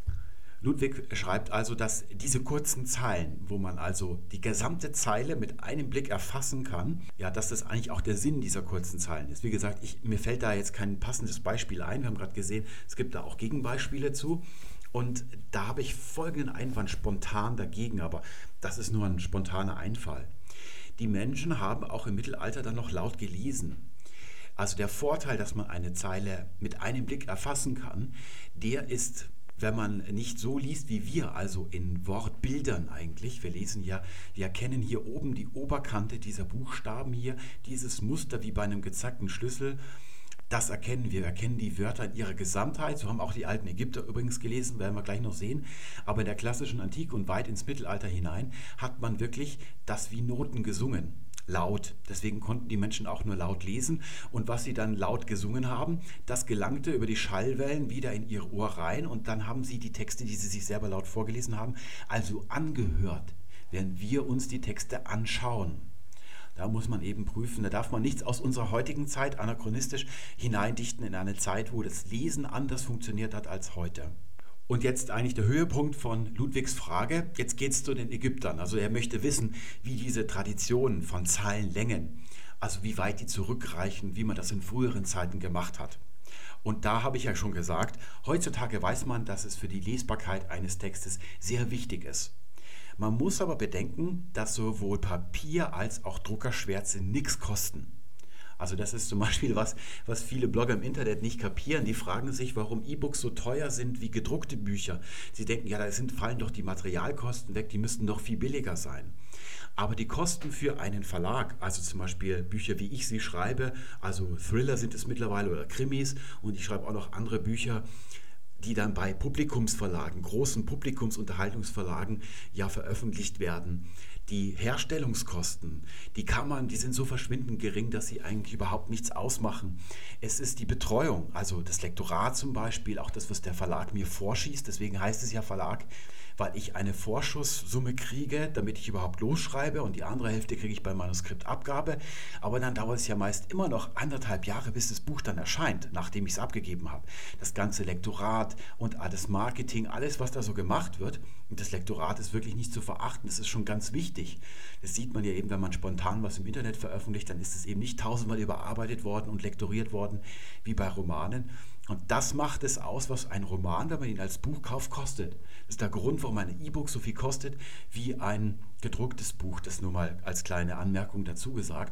Ludwig schreibt also, dass diese kurzen Zeilen, wo man also die gesamte Zeile mit einem Blick erfassen kann, ja, dass das eigentlich auch der Sinn dieser kurzen Zeilen ist. Wie gesagt, mir fällt da jetzt kein passendes Beispiel ein. Wir haben gerade gesehen, es gibt da auch Gegenbeispiele zu. Und da habe ich folgenden Einwand spontan dagegen, aber das ist nur ein spontaner Einfall. Die Menschen haben auch im Mittelalter dann noch laut gelesen. Also der Vorteil, dass man eine Zeile mit einem Blick erfassen kann, der ist, wenn man nicht so liest wie wir, also in Wortbildern eigentlich. Wir lesen ja, wir erkennen hier oben die Oberkante dieser Buchstaben hier, dieses Muster wie bei einem gezackten Schlüssel. Das erkennen wir. Wir erkennen die Wörter in ihrer Gesamtheit. So haben auch die alten Ägypter übrigens gelesen, werden wir gleich noch sehen. Aber in der klassischen Antike und weit ins Mittelalter hinein hat man wirklich das wie Noten gesungen. Laut. Deswegen konnten die Menschen auch nur laut lesen. Und was sie dann laut gesungen haben, das gelangte über die Schallwellen wieder in ihr Ohr rein. Und dann haben sie die Texte, die sie sich selber laut vorgelesen haben, also angehört, während wir uns die Texte anschauen. Da muss man eben prüfen, da darf man nichts aus unserer heutigen Zeit anachronistisch hineindichten in eine Zeit, wo das Lesen anders funktioniert hat als heute. Und jetzt eigentlich der Höhepunkt von Ludwigs Frage. Jetzt geht es zu den Ägyptern. Also er möchte wissen, wie diese Traditionen von Zeilenlängen, also wie weit die zurückreichen, wie man das in früheren Zeiten gemacht hat. Und da habe ich ja schon gesagt, heutzutage weiß man, dass es für die Lesbarkeit eines Textes sehr wichtig ist. Man muss aber bedenken, dass sowohl Papier als auch Druckerschwärze nichts kosten. Also das ist zum Beispiel was viele Blogger im Internet nicht kapieren. Die fragen sich, warum E-Books so teuer sind wie gedruckte Bücher. Sie denken, ja, fallen doch die Materialkosten weg, die müssten doch viel billiger sein. Aber die Kosten für einen Verlag, also zum Beispiel Bücher, wie ich sie schreibe, also Thriller sind es mittlerweile oder Krimis, und ich schreibe auch noch andere Bücher, die dann bei Publikumsverlagen, großen Publikumsunterhaltungsverlagen ja veröffentlicht werden. Die Herstellungskosten, die sind so verschwindend gering, dass sie eigentlich überhaupt nichts ausmachen. Es ist die Betreuung, also das Lektorat zum Beispiel, auch das, was der Verlag mir vorschießt. Deswegen heißt es ja Verlag, weil ich eine Vorschusssumme kriege, damit ich überhaupt losschreibe, und die andere Hälfte kriege ich bei Manuskriptabgabe. Aber dann dauert es ja meist immer noch 1,5 Jahre, bis das Buch dann erscheint, nachdem ich es abgegeben habe. Das ganze Lektorat und das Marketing, alles, was da so gemacht wird. Und das Lektorat ist wirklich nicht zu verachten, das ist schon ganz wichtig. Das sieht man ja eben, wenn man spontan was im Internet veröffentlicht, dann ist es eben nicht 1000-mal überarbeitet worden und lektoriert worden, wie bei Romanen. Und das macht es aus, was ein Roman, wenn man ihn als Buch kauft, kostet. Das ist der Grund, warum ein E-Book so viel kostet wie ein gedrucktes Buch. Das nur mal als kleine Anmerkung dazu gesagt.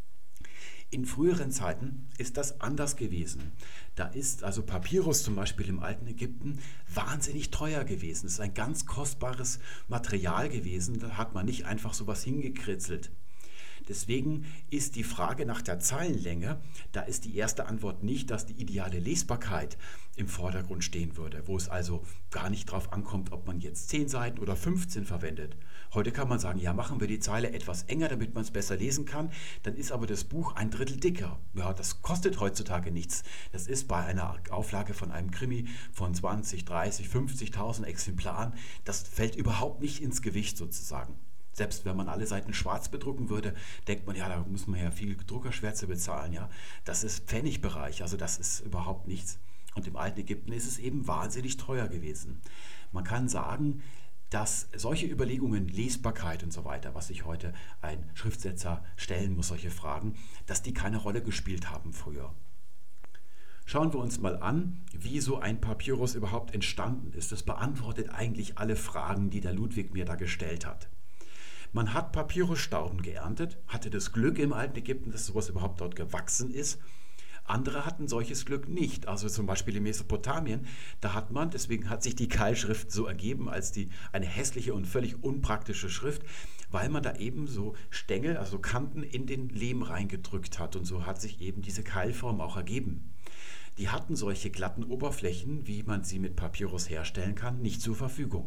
In früheren Zeiten ist das anders gewesen. Da ist also Papyrus zum Beispiel im alten Ägypten wahnsinnig teuer gewesen. Es ist ein ganz kostbares Material gewesen. Da hat man nicht einfach sowas hingekritzelt. Deswegen ist die Frage nach der Zeilenlänge, da ist die erste Antwort nicht, dass die ideale Lesbarkeit im Vordergrund stehen würde, wo es also gar nicht drauf ankommt, ob man jetzt 10 Seiten oder 15 verwendet. Heute kann man sagen, ja, machen wir die Zeile etwas enger, damit man es besser lesen kann, dann ist aber das Buch 1/3 dicker. Ja, das kostet heutzutage nichts. Das ist bei einer Auflage von einem Krimi von 20, 30, 50.000 Exemplaren, das fällt überhaupt nicht ins Gewicht sozusagen. Selbst wenn man alle Seiten schwarz bedrucken würde, denkt man, ja, da muss man ja viel Druckerschwärze bezahlen. Ja. Das ist Pfennigbereich, also das ist überhaupt nichts. Und im alten Ägypten ist es eben wahnsinnig teuer gewesen. Man kann sagen, dass solche Überlegungen, Lesbarkeit und so weiter, was sich heute ein Schriftsetzer stellen muss, solche Fragen, dass die keine Rolle gespielt haben früher. Schauen wir uns mal an, wie so ein Papyrus überhaupt entstanden ist. Das beantwortet eigentlich alle Fragen, die der Ludwig mir da gestellt hat. Man hat Papyrusstauden geerntet, hatte das Glück im alten Ägypten, dass sowas überhaupt dort gewachsen ist. Andere hatten solches Glück nicht, also zum Beispiel in Mesopotamien, da hat man, deswegen hat sich die Keilschrift so ergeben als eine hässliche und völlig unpraktische Schrift, weil man da eben so Stängel, also Kanten in den Lehm reingedrückt hat und so hat sich eben diese Keilform auch ergeben. Die hatten solche glatten Oberflächen, wie man sie mit Papyrus herstellen kann, nicht zur Verfügung.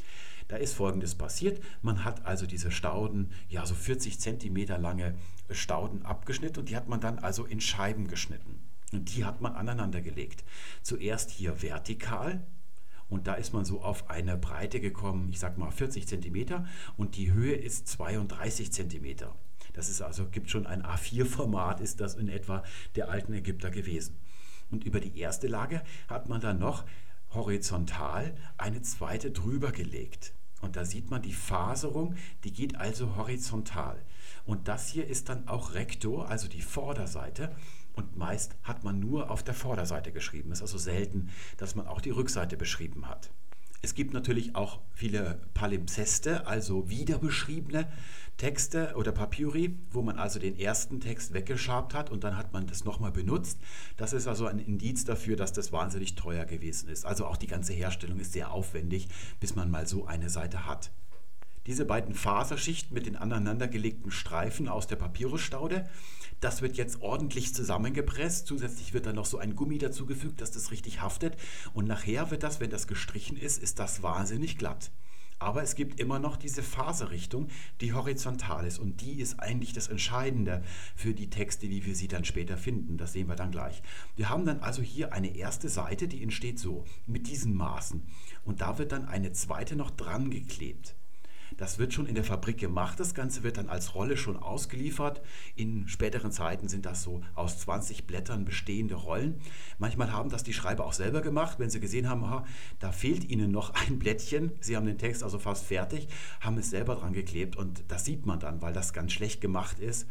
Da ist Folgendes passiert, man hat also diese Stauden, ja so 40 Zentimeter lange Stauden abgeschnitten und die hat man dann also in Scheiben geschnitten. Und die hat man aneinander gelegt. Zuerst hier vertikal und da ist man so auf eine Breite gekommen, ich sag mal 40 Zentimeter und die Höhe ist 32 Zentimeter. Das ist also, gibt schon ein A4-Format, ist das in etwa der alten Ägypter gewesen. Und über die erste Lage hat man dann noch horizontal eine zweite drüber gelegt. Und da sieht man die Faserung, die geht also horizontal. Und das hier ist dann auch recto, also die Vorderseite. Und meist hat man nur auf der Vorderseite geschrieben. Es ist also selten, dass man auch die Rückseite beschrieben hat. Es gibt natürlich auch viele Palimpseste, also wiederbeschriebene Texte oder Papyri, wo man also den ersten Text weggeschabt hat und dann hat man das nochmal benutzt. Das ist also ein Indiz dafür, dass das wahnsinnig teuer gewesen ist. Also auch die ganze Herstellung ist sehr aufwendig, bis man mal so eine Seite hat. Diese beiden Faserschichten mit den aneinandergelegten Streifen aus der Papyrusstaude, das wird jetzt ordentlich zusammengepresst. Zusätzlich wird dann noch so ein Gummi dazugefügt, dass das richtig haftet. Und nachher wird das, wenn das gestrichen ist das wahnsinnig glatt. Aber es gibt immer noch diese Faserrichtung, die horizontal ist. Und die ist eigentlich das Entscheidende für die Texte, wie wir sie dann später finden. Das sehen wir dann gleich. Wir haben dann also hier eine erste Seite, die entsteht so, mit diesen Maßen. Und da wird dann eine zweite noch dran geklebt. Das wird schon in der Fabrik gemacht, das Ganze wird dann als Rolle schon ausgeliefert. In späteren Zeiten sind das so aus 20 Blättern bestehende Rollen. Manchmal haben das die Schreiber auch selber gemacht, wenn sie gesehen haben, aha, da fehlt ihnen noch ein Blättchen. Sie haben den Text also fast fertig, haben es selber dran geklebt und das sieht man dann, weil das ganz schlecht gemacht ist.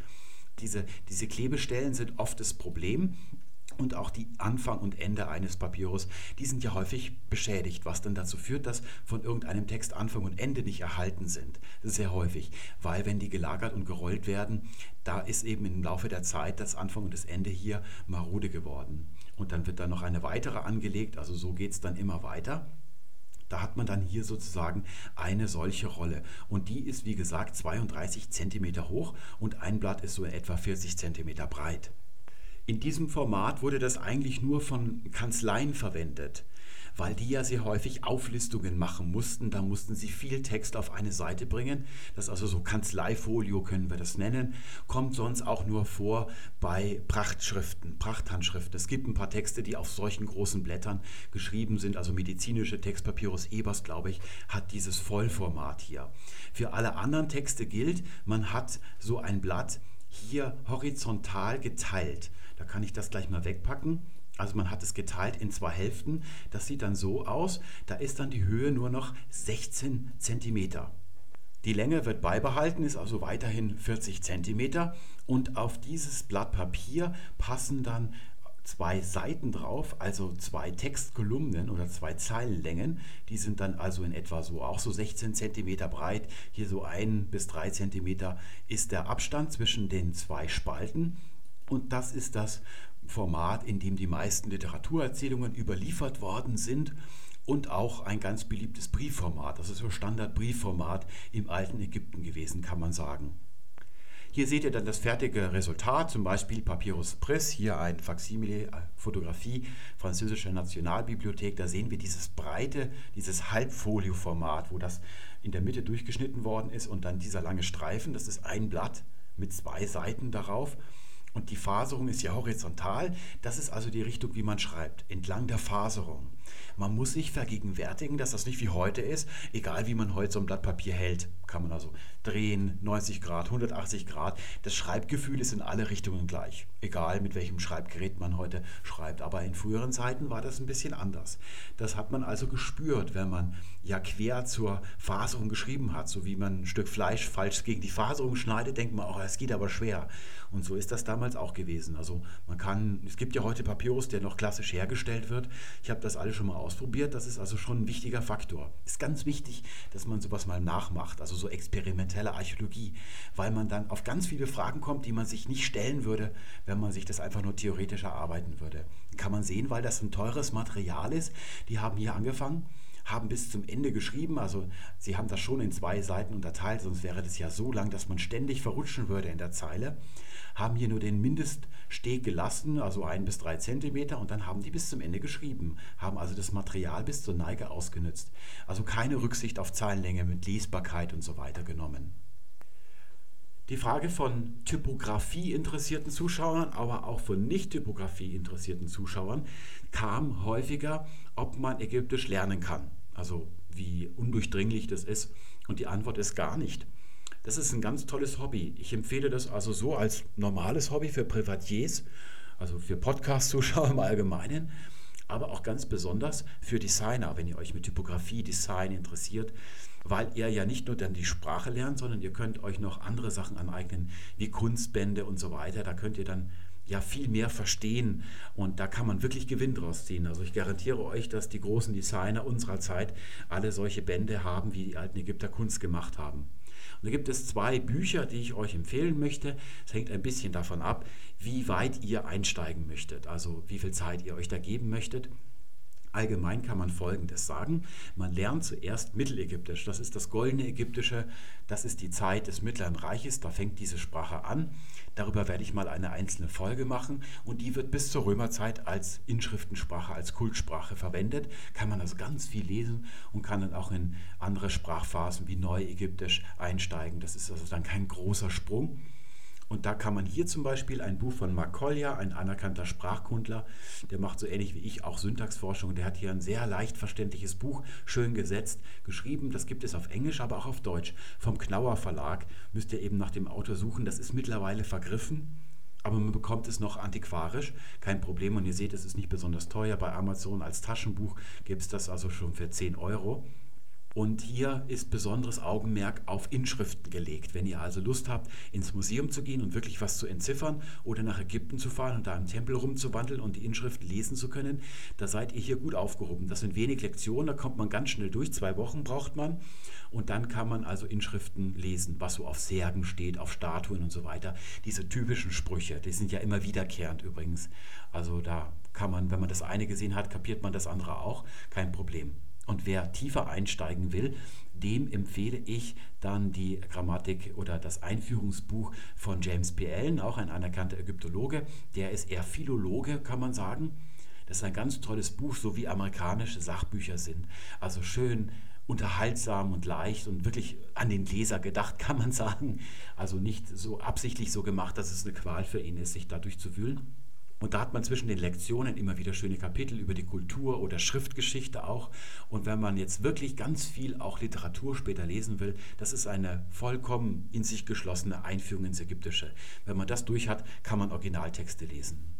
Diese Klebestellen sind oft das Problem. Und auch die Anfang und Ende eines Papyrus, die sind ja häufig beschädigt, was dann dazu führt, dass von irgendeinem Text Anfang und Ende nicht erhalten sind. Das ist sehr häufig, weil wenn die gelagert und gerollt werden, da ist eben im Laufe der Zeit das Anfang und das Ende hier marode geworden. Und dann wird dann noch eine weitere angelegt, also so geht es dann immer weiter. Da hat man dann hier sozusagen eine solche Rolle. Und die ist, wie gesagt, 32 Zentimeter hoch und ein Blatt ist so etwa 40 Zentimeter breit. In diesem Format wurde das eigentlich nur von Kanzleien verwendet, weil die ja sehr häufig Auflistungen machen mussten. Da mussten sie viel Text auf eine Seite bringen. Das ist also so Kanzleifolio, können wir das nennen. Kommt sonst auch nur vor bei Prachtschriften, Prachthandschriften. Es gibt ein paar Texte, die auf solchen großen Blättern geschrieben sind. Also medizinische Text, Papyrus Ebers, glaube ich, hat dieses Vollformat hier. Für alle anderen Texte gilt, man hat so ein Blatt hier horizontal geteilt. Da kann ich das gleich mal wegpacken. Also man hat es geteilt in zwei Hälften. Das sieht dann so aus. Da ist dann die Höhe nur noch 16 Zentimeter. Die Länge wird beibehalten, ist also weiterhin 40 Zentimeter. Und auf dieses Blatt Papier passen dann zwei Seiten drauf, also zwei Textkolumnen oder zwei Zeilenlängen. Die sind dann also in etwa so auch so 16 Zentimeter breit. Hier so 1 bis 3 Zentimeter ist der Abstand zwischen den zwei Spalten. Und das ist das Format, in dem die meisten Literaturerzählungen überliefert worden sind und auch ein ganz beliebtes Briefformat. Das ist so Standardbriefformat im alten Ägypten gewesen, kann man sagen. Hier seht ihr dann das fertige Resultat, zum Beispiel Papyrus Pris, hier ein Faksimile, Fotografie französischer Nationalbibliothek. Da sehen wir dieses breite, dieses Halbfolio-Format, wo das in der Mitte durchgeschnitten worden ist und dann dieser lange Streifen, das ist ein Blatt mit zwei Seiten darauf. Und die Faserung ist ja horizontal, das ist also die Richtung, wie man schreibt, entlang der Faserung. Man muss sich vergegenwärtigen, dass das nicht wie heute ist, egal wie man heute so ein Blatt Papier hält, kann man also drehen, 90 Grad, 180 Grad. Das Schreibgefühl ist in alle Richtungen gleich, egal mit welchem Schreibgerät man heute schreibt. Aber in früheren Zeiten war das ein bisschen anders. Das hat man also gespürt, wenn man ja quer zur Faserung geschrieben hat. So wie man ein Stück Fleisch falsch gegen die Faserung schneidet, denkt man auch, es geht aber schwer. Und so ist das damals damals auch gewesen. Also es gibt ja heute Papyrus, der noch klassisch hergestellt wird. Ich habe das alles schon mal ausprobiert. Das ist also schon ein wichtiger Faktor. Es ist ganz wichtig, dass man sowas mal nachmacht, also so experimentelle Archäologie, weil man dann auf ganz viele Fragen kommt, die man sich nicht stellen würde, wenn man sich das einfach nur theoretisch erarbeiten würde. Kann man sehen, weil das ein teures Material ist. Die haben hier angefangen, haben bis zum Ende geschrieben, also sie haben das schon in 2 Seiten unterteilt, sonst wäre das ja so lang, dass man ständig verrutschen würde in der Zeile, haben hier nur den Mindeststeg gelassen, also 1 bis 3 Zentimeter, und dann haben die bis zum Ende geschrieben, haben also das Material bis zur Neige ausgenutzt. Also keine Rücksicht auf Zeilenlänge mit Lesbarkeit und so weiter genommen. Die Frage von Typografie-interessierten Zuschauern, aber auch von Nicht-Typografie-interessierten Zuschauern kam häufiger, ob man Ägyptisch lernen kann. Also wie undurchdringlich das ist. Und die Antwort ist gar nicht. Das ist ein ganz tolles Hobby. Ich empfehle das also so als normales Hobby für Privatiers, also für Podcast-Zuschauer im Allgemeinen, aber auch ganz besonders für Designer, wenn ihr euch mit Typografie, Design interessiert, weil ihr ja nicht nur dann die Sprache lernt, sondern ihr könnt euch noch andere Sachen aneignen, wie Kunstbände und so weiter. Da könnt ihr dann ja viel mehr verstehen und da kann man wirklich Gewinn draus ziehen. Also ich garantiere euch, dass die großen Designer unserer Zeit alle solche Bände haben, wie die alten Ägypter Kunst gemacht haben. Und da gibt es 2 Bücher, die ich euch empfehlen möchte. Es hängt ein bisschen davon ab, wie weit ihr einsteigen möchtet, also wie viel Zeit ihr euch da geben möchtet. Allgemein kann man Folgendes sagen: Man lernt zuerst Mittelägyptisch, das ist das goldene Ägyptische, das ist die Zeit des Mittleren Reiches, da fängt diese Sprache an. Darüber werde ich mal eine einzelne Folge machen und die wird bis zur Römerzeit als Inschriftensprache, als Kultsprache verwendet. Kann man also ganz viel lesen und kann dann auch in andere Sprachphasen wie Neuägyptisch einsteigen. Das ist also dann kein großer Sprung. Und da kann man hier zum Beispiel ein Buch von Mark Collier, ein anerkannter Sprachkundler, der macht so ähnlich wie ich auch Syntaxforschung. Der hat hier ein sehr leicht verständliches Buch, schön gesetzt, geschrieben. Das gibt es auf Englisch, aber auch auf Deutsch. Vom Knauer Verlag müsst ihr eben nach dem Autor suchen. Das ist mittlerweile vergriffen, aber man bekommt es noch antiquarisch. Kein Problem. Und ihr seht, es ist nicht besonders teuer. Bei Amazon als Taschenbuch gibt es das also schon für 10 €. Und hier ist besonderes Augenmerk auf Inschriften gelegt. Wenn ihr also Lust habt, ins Museum zu gehen und wirklich was zu entziffern oder nach Ägypten zu fahren und da im Tempel rumzuwandeln und die Inschrift lesen zu können, da seid ihr hier gut aufgehoben. Das sind wenig Lektionen, da kommt man ganz schnell durch. 2 Wochen braucht man und dann kann man also Inschriften lesen, was so auf Särgen steht, auf Statuen und so weiter. Diese typischen Sprüche, die sind ja immer wiederkehrend übrigens. Also da kann man, wenn man das eine gesehen hat, kapiert man das andere auch, kein Problem. Und wer tiefer einsteigen will, dem empfehle ich dann die Grammatik oder das Einführungsbuch von James P. Allen, auch ein anerkannter Ägyptologe. Der ist eher Philologe, kann man sagen. Das ist ein ganz tolles Buch, so wie amerikanische Sachbücher sind. Also schön unterhaltsam und leicht und wirklich an den Leser gedacht, kann man sagen. Also nicht so absichtlich so gemacht, dass es eine Qual für ihn ist, sich da durchzuwühlen. Und da hat man zwischen den Lektionen immer wieder schöne Kapitel über die Kultur oder Schriftgeschichte auch. Und wenn man jetzt wirklich ganz viel auch Literatur später lesen will, das ist eine vollkommen in sich geschlossene Einführung ins Ägyptische. Wenn man das durch hat, kann man Originaltexte lesen.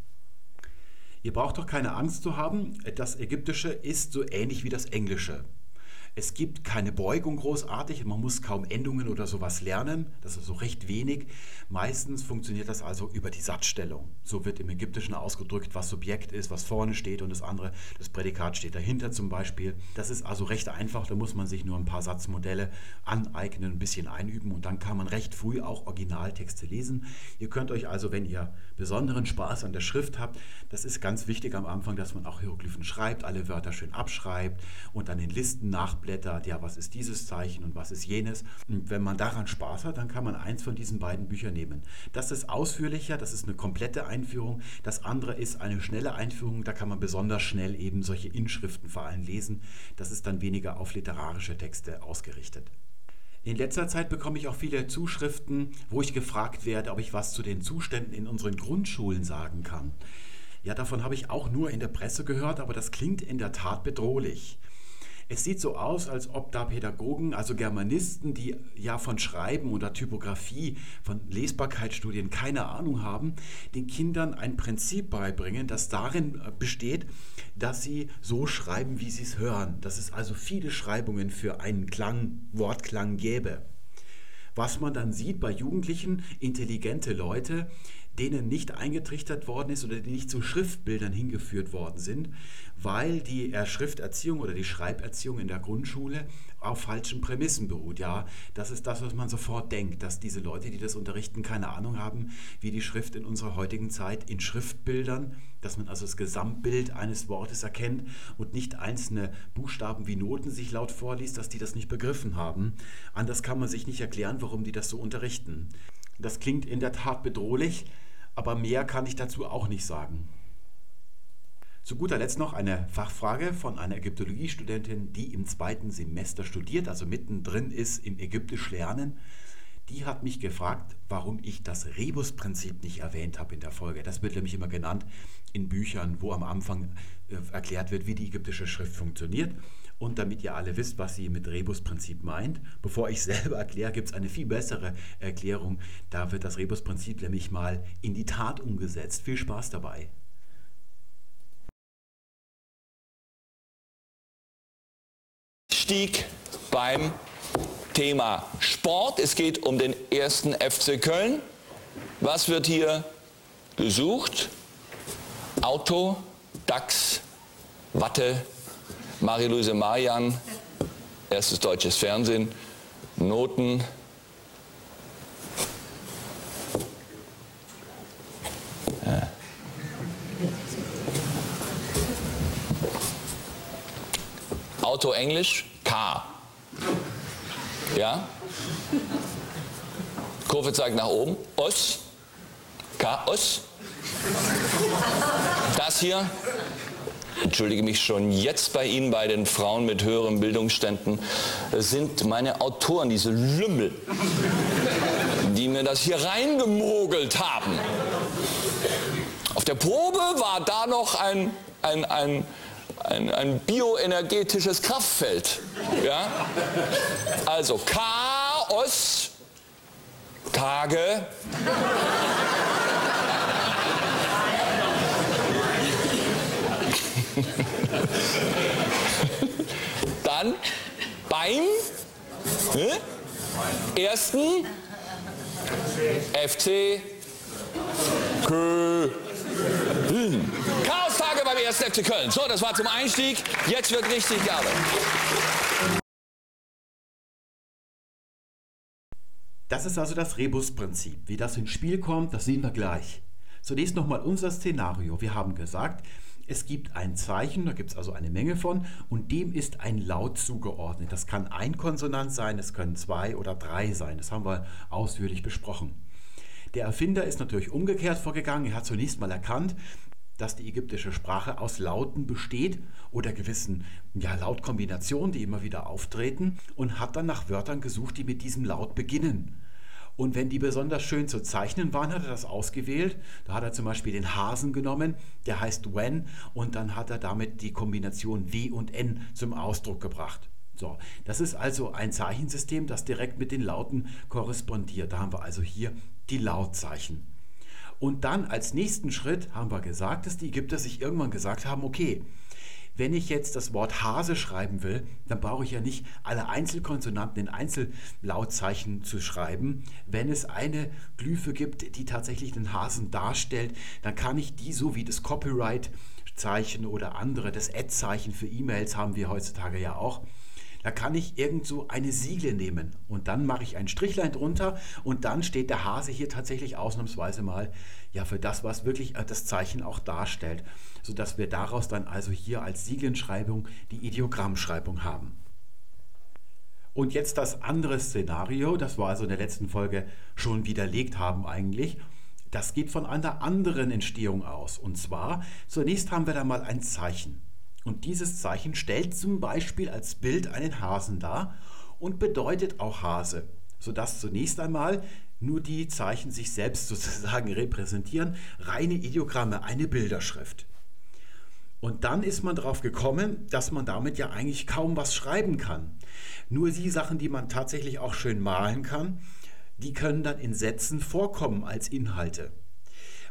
Ihr braucht doch keine Angst zu haben, das Ägyptische ist so ähnlich wie das Englische. Es gibt keine Beugung großartig, man muss kaum Endungen oder sowas lernen, das ist so recht wenig. Meistens funktioniert das also über die Satzstellung. So wird im Ägyptischen ausgedrückt, was Subjekt ist, was vorne steht und das andere, das Prädikat steht dahinter zum Beispiel. Das ist also recht einfach, da muss man sich nur ein paar Satzmodelle aneignen, ein bisschen einüben und dann kann man recht früh auch Originaltexte lesen. Ihr könnt euch also, wenn ihr besonderen Spaß an der Schrift habt, das ist ganz wichtig am Anfang, dass man auch Hieroglyphen schreibt, alle Wörter schön abschreibt und dann in Listen nachblättert, ja, was ist dieses Zeichen und was ist jenes. Und wenn man daran Spaß hat, dann kann man eins von diesen beiden Büchern nehmen. Das ist ausführlicher, das ist eine komplette Einführung. Das andere ist eine schnelle Einführung, da kann man besonders schnell eben solche Inschriften vor allem lesen. Das ist dann weniger auf literarische Texte ausgerichtet. In letzter Zeit bekomme ich auch viele Zuschriften, wo ich gefragt werde, ob ich was zu den Zuständen in unseren Grundschulen sagen kann. Ja, davon habe ich auch nur in der Presse gehört, aber das klingt in der Tat bedrohlich. Es sieht so aus, als ob da Pädagogen, also Germanisten, die ja von Schreiben oder Typografie, von Lesbarkeitsstudien keine Ahnung haben, den Kindern ein Prinzip beibringen, das darin besteht, dass sie so schreiben, wie sie es hören. Dass es also viele Schreibungen für einen Wortklang gäbe. Was man dann sieht bei Jugendlichen, intelligente Leute, denen nicht eingetrichtert worden ist oder die nicht zu Schriftbildern hingeführt worden sind, weil die Schrifterziehung oder die Schreiberziehung in der Grundschule auf falschen Prämissen beruht. Ja, das ist das, was man sofort denkt, dass diese Leute, die das unterrichten, keine Ahnung haben, wie die Schrift in unserer heutigen Zeit in Schriftbildern, dass man also das Gesamtbild eines Wortes erkennt und nicht einzelne Buchstaben wie Noten sich laut vorliest, dass die das nicht begriffen haben. Anders kann man sich nicht erklären, warum die das so unterrichten. Das klingt in der Tat bedrohlich, aber mehr kann ich dazu auch nicht sagen. Zu guter Letzt noch eine Fachfrage von einer Ägyptologiestudentin, die im 2. Semester studiert, also mittendrin ist im Ägyptisch lernen. Die hat mich gefragt, warum ich das Rebusprinzip nicht erwähnt habe in der Folge. Das wird nämlich immer genannt in Büchern, wo am Anfang erklärt wird, wie die ägyptische Schrift funktioniert. Und damit ihr alle wisst, was sie mit Rebusprinzip meint, bevor ich selber erkläre, gibt es eine viel bessere Erklärung. Da wird das Rebusprinzip nämlich mal in die Tat umgesetzt. Viel Spaß dabei. Stieg beim Thema Sport. Es geht um den 1. FC Köln. Was wird hier gesucht? Auto, Dachs, Watte, Marie-Louise Marian, erstes deutsches Fernsehen, Noten. Ja. Auto Englisch, K. Ja? Kurve zeigt nach oben, Os, K, Os. Das hier, entschuldige mich schon jetzt bei Ihnen, bei den Frauen mit höheren Bildungsständen, sind meine Autoren, diese Lümmel, die mir das hier reingemogelt haben. Auf der Probe war da noch ein bioenergetisches Kraftfeld. Ja? Also Chaos, Tage, dann beim 1. FC Köln. Chaos-Tage beim 1. FC Köln. So, das war zum Einstieg. Jetzt wird richtig gearbeitet. Das ist also das Rebusprinzip. Wie das ins Spiel kommt, das sehen wir gleich. Zunächst nochmal unser Szenario. Wir haben gesagt, es gibt ein Zeichen, da gibt es also eine Menge von, und dem ist ein Laut zugeordnet. Das kann ein Konsonant sein, es können 2 oder 3 sein. Das haben wir ausführlich besprochen. Der Erfinder ist natürlich umgekehrt vorgegangen. Er hat zunächst mal erkannt, dass die ägyptische Sprache aus Lauten besteht oder gewissen Lautkombinationen, die immer wieder auftreten, und hat dann nach Wörtern gesucht, die mit diesem Laut beginnen. Und wenn die besonders schön zu zeichnen waren, hat er das ausgewählt. Da hat er zum Beispiel den Hasen genommen, der heißt Wen, und dann hat er damit die Kombination W und N zum Ausdruck gebracht. So, das ist also ein Zeichensystem, das direkt mit den Lauten korrespondiert. Da haben wir also hier die Lautzeichen. Und dann als nächsten Schritt haben wir gesagt, dass die Ägypter sich irgendwann gesagt haben, okay, wenn ich jetzt das Wort Hase schreiben will, dann brauche ich ja nicht alle Einzelkonsonanten in Einzellautzeichen zu schreiben. Wenn es eine Glyphe gibt, die tatsächlich den Hasen darstellt, dann kann ich die, so wie das Copyright-Zeichen oder andere, das Ad-Zeichen für E-Mails haben wir heutzutage ja auch, da kann ich irgend so eine Sigle nehmen und dann mache ich ein Strichlein drunter und dann steht der Hase hier tatsächlich ausnahmsweise mal für das, was wirklich das Zeichen auch darstellt, sodass wir daraus dann also hier als Siegelschreibung die Ideogrammschreibung haben. Und jetzt das andere Szenario, das wir also in der letzten Folge schon widerlegt haben eigentlich. Das geht von einer anderen Entstehung aus. Und zwar, zunächst haben wir da mal ein Zeichen. Und dieses Zeichen stellt zum Beispiel als Bild einen Hasen dar und bedeutet auch Hase, sodass zunächst einmal nur die Zeichen sich selbst sozusagen repräsentieren, reine Ideogramme, eine Bilderschrift. Und dann ist man darauf gekommen, dass man damit ja eigentlich kaum was schreiben kann. Nur die Sachen, die man tatsächlich auch schön malen kann, die können dann in Sätzen vorkommen als Inhalte.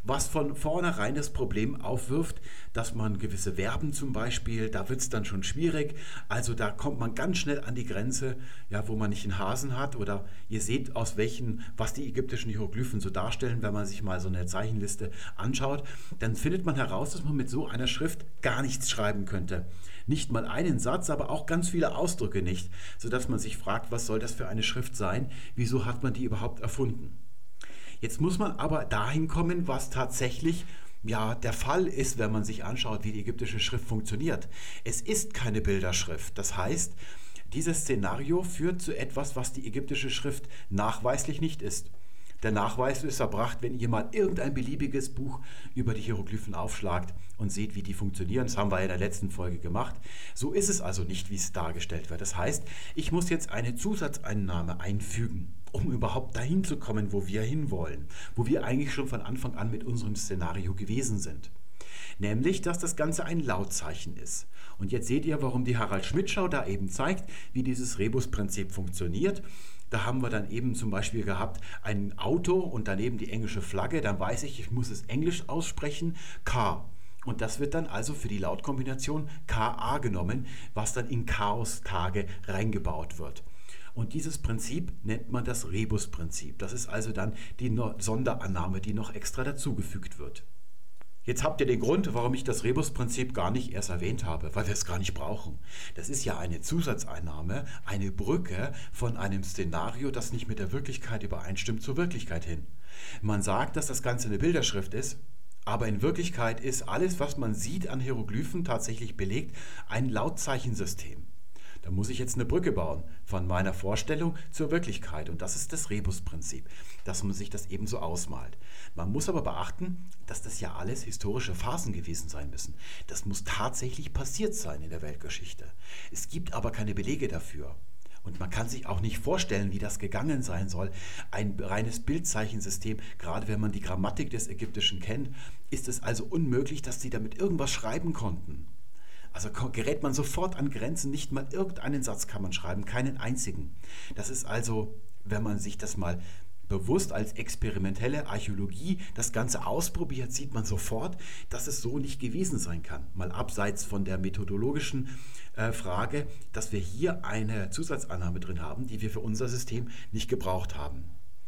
was von vornherein das Problem aufwirft, dass man gewisse Verben zum Beispiel, da wird es dann schon schwierig, also da kommt man ganz schnell an die Grenze, ja, wo man nicht einen Hasen hat, oder ihr seht was die ägyptischen Hieroglyphen so darstellen, wenn man sich mal so eine Zeichenliste anschaut, dann findet man heraus, dass man mit so einer Schrift gar nichts schreiben könnte. Nicht mal einen Satz, aber auch ganz viele Ausdrücke nicht, sodass man sich fragt, was soll das für eine Schrift sein, wieso hat man die überhaupt erfunden? Jetzt muss man aber dahin kommen, was tatsächlich der Fall ist, wenn man sich anschaut, wie die ägyptische Schrift funktioniert. Es ist keine Bilderschrift. Das heißt, dieses Szenario führt zu etwas, was die ägyptische Schrift nachweislich nicht ist. Der Nachweis ist erbracht, wenn ihr mal irgendein beliebiges Buch über die Hieroglyphen aufschlagt und seht, wie die funktionieren. Das haben wir ja in der letzten Folge gemacht. So ist es also nicht, wie es dargestellt wird. Das heißt, ich muss jetzt eine Zusatzeinnahme einfügen, um überhaupt dahin zu kommen, wo wir hinwollen, wo wir eigentlich schon von Anfang an mit unserem Szenario gewesen sind. Nämlich, dass das Ganze ein Lautzeichen ist. Und jetzt seht ihr, warum die Harald-Schmidt-Schau da eben zeigt, wie dieses Rebus-Prinzip funktioniert. Da haben wir dann eben zum Beispiel gehabt ein Auto und daneben die englische Flagge. Dann weiß ich muss es englisch aussprechen, K. Und das wird dann also für die Lautkombination KA genommen, was dann in Chaos-Tage reingebaut wird. Und dieses Prinzip nennt man das Rebus-Prinzip. Das ist also dann die Sonderannahme, die noch extra dazugefügt wird. Jetzt habt ihr den Grund, warum ich das Rebus-Prinzip gar nicht erst erwähnt habe, weil wir es gar nicht brauchen. Das ist ja eine Zusatzeinnahme, eine Brücke von einem Szenario, das nicht mit der Wirklichkeit übereinstimmt, zur Wirklichkeit hin. Man sagt, dass das Ganze eine Bilderschrift ist, aber in Wirklichkeit ist alles, was man sieht an Hieroglyphen, tatsächlich belegt, ein Lautzeichensystem. Da muss ich jetzt eine Brücke bauen von meiner Vorstellung zur Wirklichkeit. Und das ist das Rebus-Prinzip, dass man sich das eben so ausmalt. Man muss aber beachten, dass das ja alles historische Phasen gewesen sein müssen. Das muss tatsächlich passiert sein in der Weltgeschichte. Es gibt aber keine Belege dafür. Und man kann sich auch nicht vorstellen, wie das gegangen sein soll. Ein reines Bildzeichensystem, gerade wenn man die Grammatik des Ägyptischen kennt, ist es also unmöglich, dass sie damit irgendwas schreiben konnten. Also gerät man sofort an Grenzen, nicht mal irgendeinen Satz kann man schreiben, keinen einzigen. Das ist also, wenn man sich das mal bewusst als experimentelle Archäologie das Ganze ausprobiert, sieht man sofort, dass es so nicht gewesen sein kann. Mal abseits von der methodologischen Frage, dass wir hier eine Zusatzannahme drin haben, die wir für unser System nicht gebraucht haben.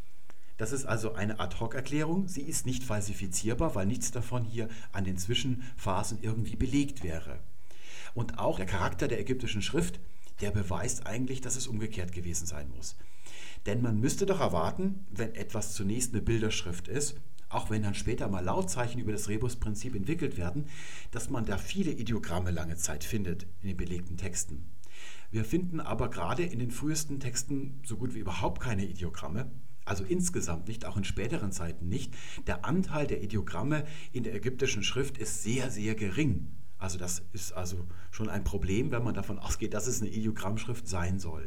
Das ist also eine Ad-hoc-Erklärung. Sie ist nicht falsifizierbar, weil nichts davon hier an den Zwischenphasen irgendwie belegt wäre. Und auch der Charakter der ägyptischen Schrift, der beweist eigentlich, dass es umgekehrt gewesen sein muss. Denn man müsste doch erwarten, wenn etwas zunächst eine Bilderschrift ist, auch wenn dann später mal Lautzeichen über das Rebus-Prinzip entwickelt werden, dass man da viele Ideogramme lange Zeit findet in den belegten Texten. Wir finden aber gerade in den frühesten Texten so gut wie überhaupt keine Ideogramme, also insgesamt nicht, auch in späteren Zeiten nicht. Der Anteil der Ideogramme in der ägyptischen Schrift ist sehr, sehr gering. Also das ist also schon ein Problem, wenn man davon ausgeht, dass es eine Ideogrammschrift sein soll.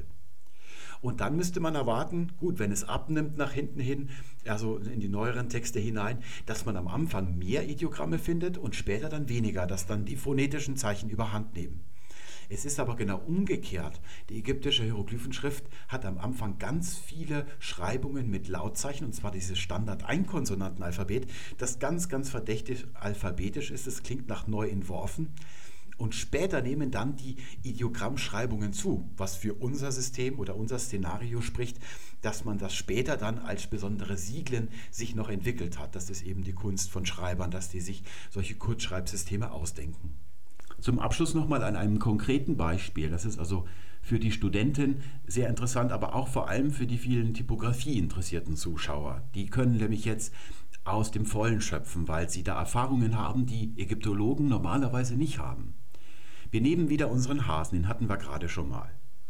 Und dann müsste man erwarten, gut, wenn es abnimmt nach hinten hin, also in die neueren Texte hinein, dass man am Anfang mehr Ideogramme findet und später dann weniger, dass dann die phonetischen Zeichen überhand nehmen. Es ist aber genau umgekehrt. Die ägyptische Hieroglyphenschrift hat am Anfang ganz viele Schreibungen mit Lautzeichen, und zwar dieses Standard-Einkonsonantenalphabet, das ganz, ganz verdächtig alphabetisch ist. Es klingt nach neu entworfen. Und später nehmen dann die Ideogrammschreibungen zu, was für unser System oder unser Szenario spricht, dass man das später dann als besondere Siegeln sich noch entwickelt hat. Das ist eben die Kunst von Schreibern, dass die sich solche Kurzschreibsysteme ausdenken. Zum Abschluss nochmal an einem konkreten Beispiel. Das ist also für die Studenten sehr interessant, aber auch vor allem für die vielen Typografie-interessierten Zuschauer. Die können nämlich jetzt aus dem Vollen schöpfen, weil sie da Erfahrungen haben, die Ägyptologen normalerweise nicht haben. Wir nehmen wieder unseren Hasen, den hatten wir gerade schon mal.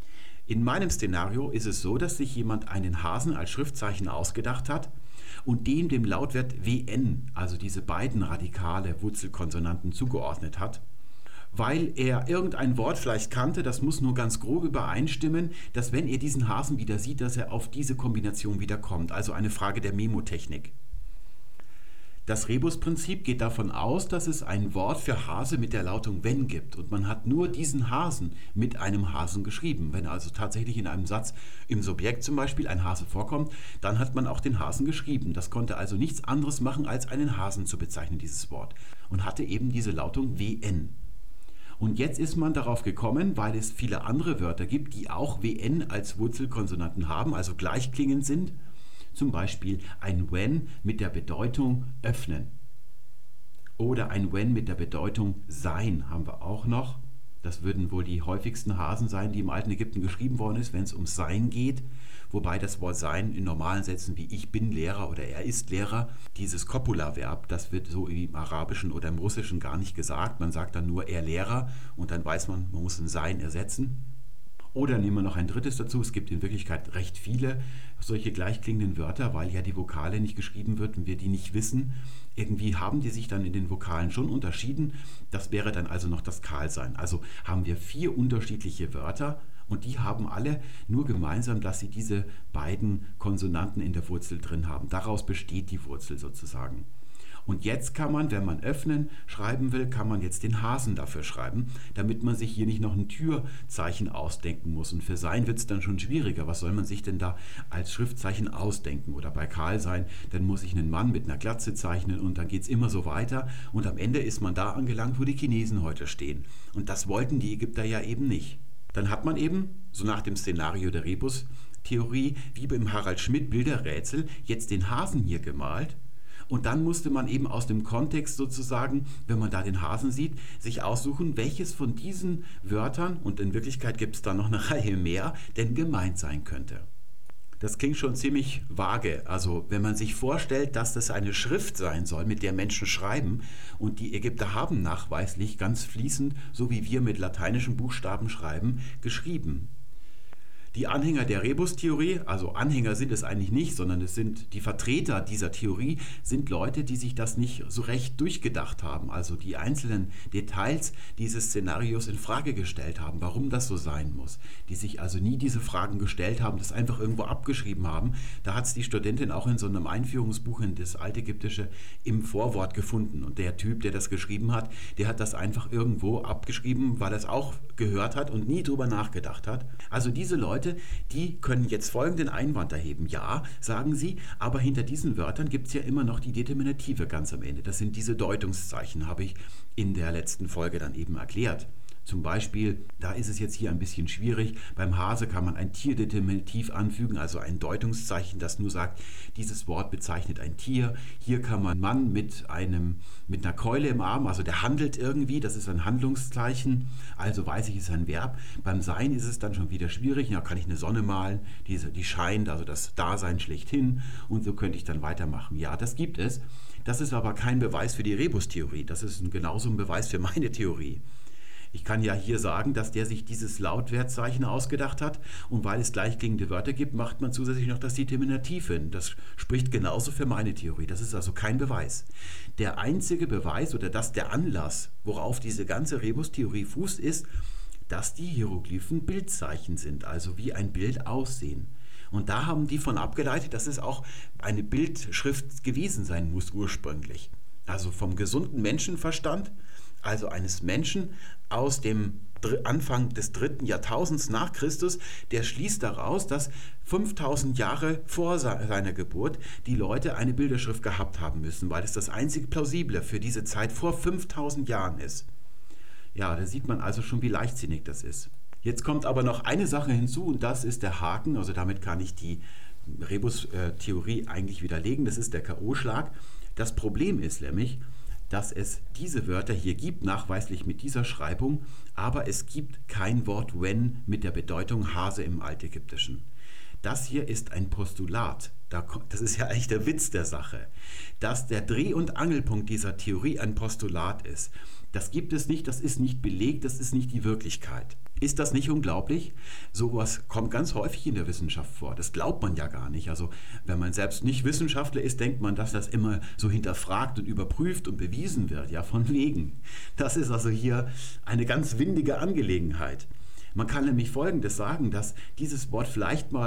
In meinem Szenario ist es so, dass sich jemand einen Hasen als Schriftzeichen ausgedacht hat und dem Lautwert WN, also diese beiden radikale Wurzelkonsonanten, zugeordnet hat, weil er irgendein Wort vielleicht kannte, das muss nur ganz grob übereinstimmen, dass wenn er diesen Hasen wieder sieht, dass er auf diese Kombination wieder kommt. Also eine Frage der Memotechnik. Das Rebusprinzip geht davon aus, dass es ein Wort für Hase mit der Lautung wenn gibt und man hat nur diesen Hasen mit einem Hasen geschrieben. Wenn also tatsächlich in einem Satz im Subjekt zum Beispiel ein Hase vorkommt, dann hat man auch den Hasen geschrieben. Das konnte also nichts anderes machen, als einen Hasen zu bezeichnen, dieses Wort. Und hatte eben diese Lautung wn. Und jetzt ist man darauf gekommen, weil es viele andere Wörter gibt, die auch wn als Wurzelkonsonanten haben, also gleichklingend sind. Zum Beispiel ein when mit der Bedeutung öffnen. Oder ein when mit der Bedeutung sein haben wir auch noch. Das würden wohl die häufigsten Hasen sein, die im alten Ägypten geschrieben worden ist, wenn es um sein geht. Wobei das Wort sein in normalen Sätzen wie ich bin Lehrer oder er ist Lehrer, dieses Copula-Verb, das wird so im Arabischen oder im Russischen gar nicht gesagt. Man sagt dann nur er Lehrer und dann weiß man, man muss ein Sein ersetzen. Oder nehmen wir noch ein drittes dazu. Es gibt in Wirklichkeit recht viele solche gleichklingenden Wörter, weil ja die Vokale nicht geschrieben wird und wir die nicht wissen. Irgendwie haben die sich dann in den Vokalen schon unterschieden. Das wäre dann also noch das Kahlsein. Also haben wir 4 unterschiedliche Wörter und die haben alle nur gemeinsam, dass sie diese beiden Konsonanten in der Wurzel drin haben. Daraus besteht die Wurzel sozusagen. Und jetzt kann man, wenn man öffnen schreiben will, kann man jetzt den Hasen dafür schreiben, damit man sich hier nicht noch ein Türzeichen ausdenken muss. Und für sein wird es dann schon schwieriger. Was soll man sich denn da als Schriftzeichen ausdenken? Oder bei Kahlsein, dann muss ich einen Mann mit einer Glatze zeichnen und dann geht es immer so weiter. Und am Ende ist man da angelangt, wo die Chinesen heute stehen. Und das wollten die Ägypter ja eben nicht. Dann hat man eben, so nach dem Szenario der Rebus-Theorie, wie beim Harald Schmidt Bilderrätsel, jetzt den Hasen hier gemalt. Und dann musste man eben aus dem Kontext sozusagen, wenn man da den Hasen sieht, sich aussuchen, welches von diesen Wörtern, und in Wirklichkeit gibt es da noch eine Reihe mehr, denn gemeint sein könnte. Das klingt schon ziemlich vage. Also wenn man sich vorstellt, dass das eine Schrift sein soll, mit der Menschen schreiben, und die Ägypter haben nachweislich ganz fließend, so wie wir mit lateinischen Buchstaben schreiben, geschrieben. Die Anhänger der Rebus-Theorie, also Anhänger sind es eigentlich nicht, sondern es sind die Vertreter dieser Theorie, sind Leute, die sich das nicht so recht durchgedacht haben, also die einzelnen Details dieses Szenarios in Frage gestellt haben, warum das so sein muss, die sich also nie diese Fragen gestellt haben, das einfach irgendwo abgeschrieben haben. Da hat es die Studentin auch in so einem Einführungsbuch in das Altägyptische im Vorwort gefunden und der Typ, der das geschrieben hat, der hat das einfach irgendwo abgeschrieben, weil er es auch gehört hat und nie drüber nachgedacht hat. Also diese Leute, die können jetzt folgenden Einwand erheben. Ja, sagen sie, aber hinter diesen Wörtern gibt es ja immer noch die Determinative ganz am Ende. Das sind diese Deutungszeichen, habe ich in der letzten Folge dann eben erklärt. Zum Beispiel, da ist es jetzt hier ein bisschen schwierig, beim Hase kann man ein Tierdeterminativ anfügen, also ein Deutungszeichen, das nur sagt, dieses Wort bezeichnet ein Tier. Hier kann man Mann mit einer Keule im Arm, also der handelt irgendwie, das ist ein Handlungszeichen, also weiß ich, es ist ein Verb. Beim Sein ist es dann schon wieder schwierig, ja, kann ich eine Sonne malen, die scheint, also das Dasein schlechthin, und so könnte ich dann weitermachen. Ja, das gibt es. Das ist aber kein Beweis für die Rebus-Theorie, das ist genauso ein Beweis für meine Theorie. Ich kann ja hier sagen, dass der sich dieses Lautwertzeichen ausgedacht hat und weil es gleichklingende Wörter gibt, macht man zusätzlich noch das Determinativ hin. Das spricht genauso für meine Theorie. Das ist also kein Beweis. Der einzige Beweis oder der Anlass, worauf diese ganze Rebus-Theorie fußt, ist, dass die Hieroglyphen Bildzeichen sind, also wie ein Bild aussehen. Und da haben die von abgeleitet, dass es auch eine Bildschrift gewesen sein muss ursprünglich. Also vom gesunden Menschenverstand, also eines Menschen aus dem Anfang des 3. Jahrtausends nach Christus, der schließt daraus, dass 5000 Jahre vor seiner Geburt die Leute eine Bilderschrift gehabt haben müssen, weil es das einzige Plausible für diese Zeit vor 5000 Jahren ist. Ja, da sieht man also schon, wie leichtsinnig das ist. Jetzt kommt aber noch eine Sache hinzu und das ist der Haken, also damit kann ich die Rebus-Theorie eigentlich widerlegen, das ist der K.O.-Schlag. Das Problem ist nämlich, dass es diese Wörter hier gibt, nachweislich mit dieser Schreibung, aber es gibt kein Wort when mit der Bedeutung Hase im Altägyptischen. Das hier ist ein Postulat. Das ist ja eigentlich der Witz der Sache. Dass der Dreh- und Angelpunkt dieser Theorie ein Postulat ist, das gibt es nicht, das ist nicht belegt, das ist nicht die Wirklichkeit. Ist das nicht unglaublich? Sowas kommt ganz häufig in der Wissenschaft vor. Das glaubt man ja gar nicht. Also wenn man selbst nicht Wissenschaftler ist, denkt man, dass das immer so hinterfragt und überprüft und bewiesen wird. Ja, von wegen. Das ist also hier eine ganz windige Angelegenheit. Man kann nämlich Folgendes sagen, dass dieses Wort vielleicht mal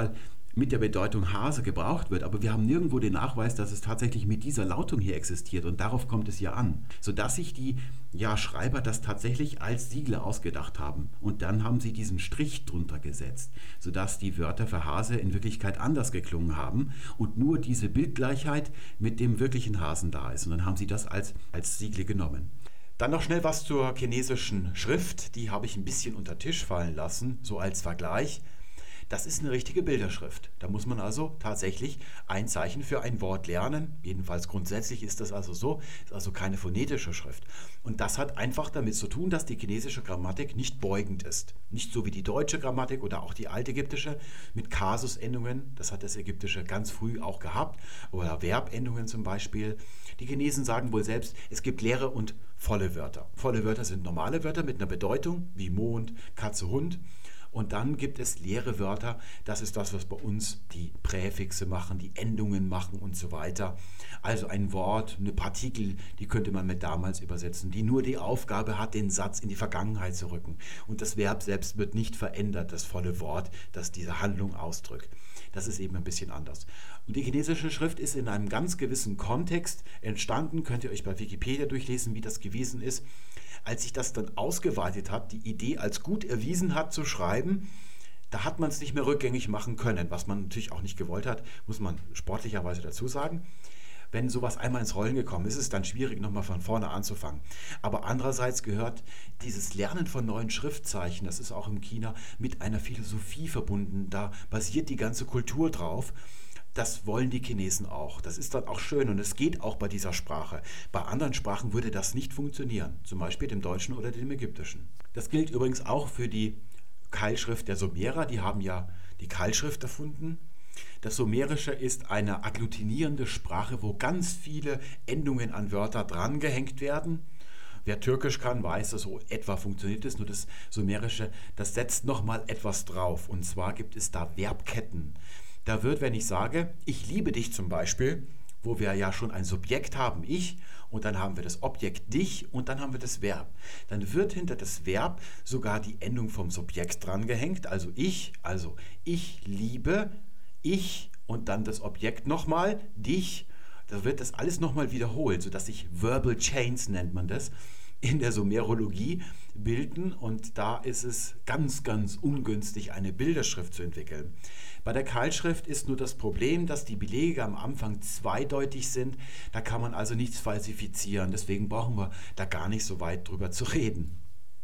mit der Bedeutung Hase gebraucht wird, aber wir haben nirgendwo den Nachweis, dass es tatsächlich mit dieser Lautung hier existiert und darauf kommt es ja an, sodass sich die Schreiber das tatsächlich als Siegel ausgedacht haben und dann haben sie diesen Strich drunter gesetzt, sodass die Wörter für Hase in Wirklichkeit anders geklungen haben und nur diese Bildgleichheit mit dem wirklichen Hasen da ist und dann haben sie das als Siegel genommen. Dann noch schnell was zur chinesischen Schrift, die habe ich ein bisschen unter den Tisch fallen lassen, so als Vergleich. Das ist eine richtige Bilderschrift. Da muss man also tatsächlich ein Zeichen für ein Wort lernen. Jedenfalls grundsätzlich ist das also so. Ist also keine phonetische Schrift. Und das hat einfach damit zu tun, dass die chinesische Grammatik nicht beugend ist. Nicht so wie die deutsche Grammatik oder auch die altägyptische mit Kasusendungen. Das hat das Ägyptische ganz früh auch gehabt. Oder Verbendungen zum Beispiel. Die Chinesen sagen wohl selbst, es gibt leere und volle Wörter. Volle Wörter sind normale Wörter mit einer Bedeutung, wie Mond, Katze, Hund. Und dann gibt es leere Wörter, das ist das, was bei uns die Präfixe machen, die Endungen machen und so weiter. Also ein Wort, eine Partikel, die könnte man mit damals übersetzen, die nur die Aufgabe hat, den Satz in die Vergangenheit zu rücken. Und das Verb selbst wird nicht verändert, das volle Wort, das diese Handlung ausdrückt. Das ist eben ein bisschen anders. Und die chinesische Schrift ist in einem ganz gewissen Kontext entstanden, könnt ihr euch bei Wikipedia durchlesen, wie das gewesen ist. Als sich das dann ausgeweitet hat, die Idee als gut erwiesen hat zu schreiben, da hat man es nicht mehr rückgängig machen können, was man natürlich auch nicht gewollt hat, muss man sportlicherweise dazu sagen. Wenn sowas einmal ins Rollen gekommen ist, ist es dann schwierig, nochmal von vorne anzufangen. Aber andererseits gehört dieses Lernen von neuen Schriftzeichen, das ist auch in China, mit einer Philosophie verbunden. Da basiert die ganze Kultur drauf. Das wollen die Chinesen auch. Das ist dann auch schön und es geht auch bei dieser Sprache. Bei anderen Sprachen würde das nicht funktionieren, zum Beispiel dem Deutschen oder dem Ägyptischen. Das gilt übrigens auch für die Keilschrift der Sumerer. Die haben ja die Keilschrift erfunden. Das Sumerische ist eine agglutinierende Sprache, wo ganz viele Endungen an Wörter drangehängt werden. Wer Türkisch kann, weiß, dass so etwa funktioniert es. Nur das Sumerische, das setzt nochmal etwas drauf. Und zwar gibt es da Verbketten. Da wird, wenn ich sage, ich liebe dich zum Beispiel, wo wir ja schon ein Subjekt haben, ich, und dann haben wir das Objekt dich und dann haben wir das Verb. Dann wird hinter das Verb sogar die Endung vom Subjekt dran gehängt, also ich liebe, ich und dann das Objekt nochmal, dich. Da wird das alles nochmal wiederholt, sodass sich Verbal Chains, nennt man das, in der Sumerologie bilden und da ist es ganz, ganz ungünstig, eine Bilderschrift zu entwickeln. Bei der Keilschrift ist nur das Problem, dass die Belege am Anfang zweideutig sind, da kann man also nichts falsifizieren, deswegen brauchen wir da gar nicht so weit drüber zu reden.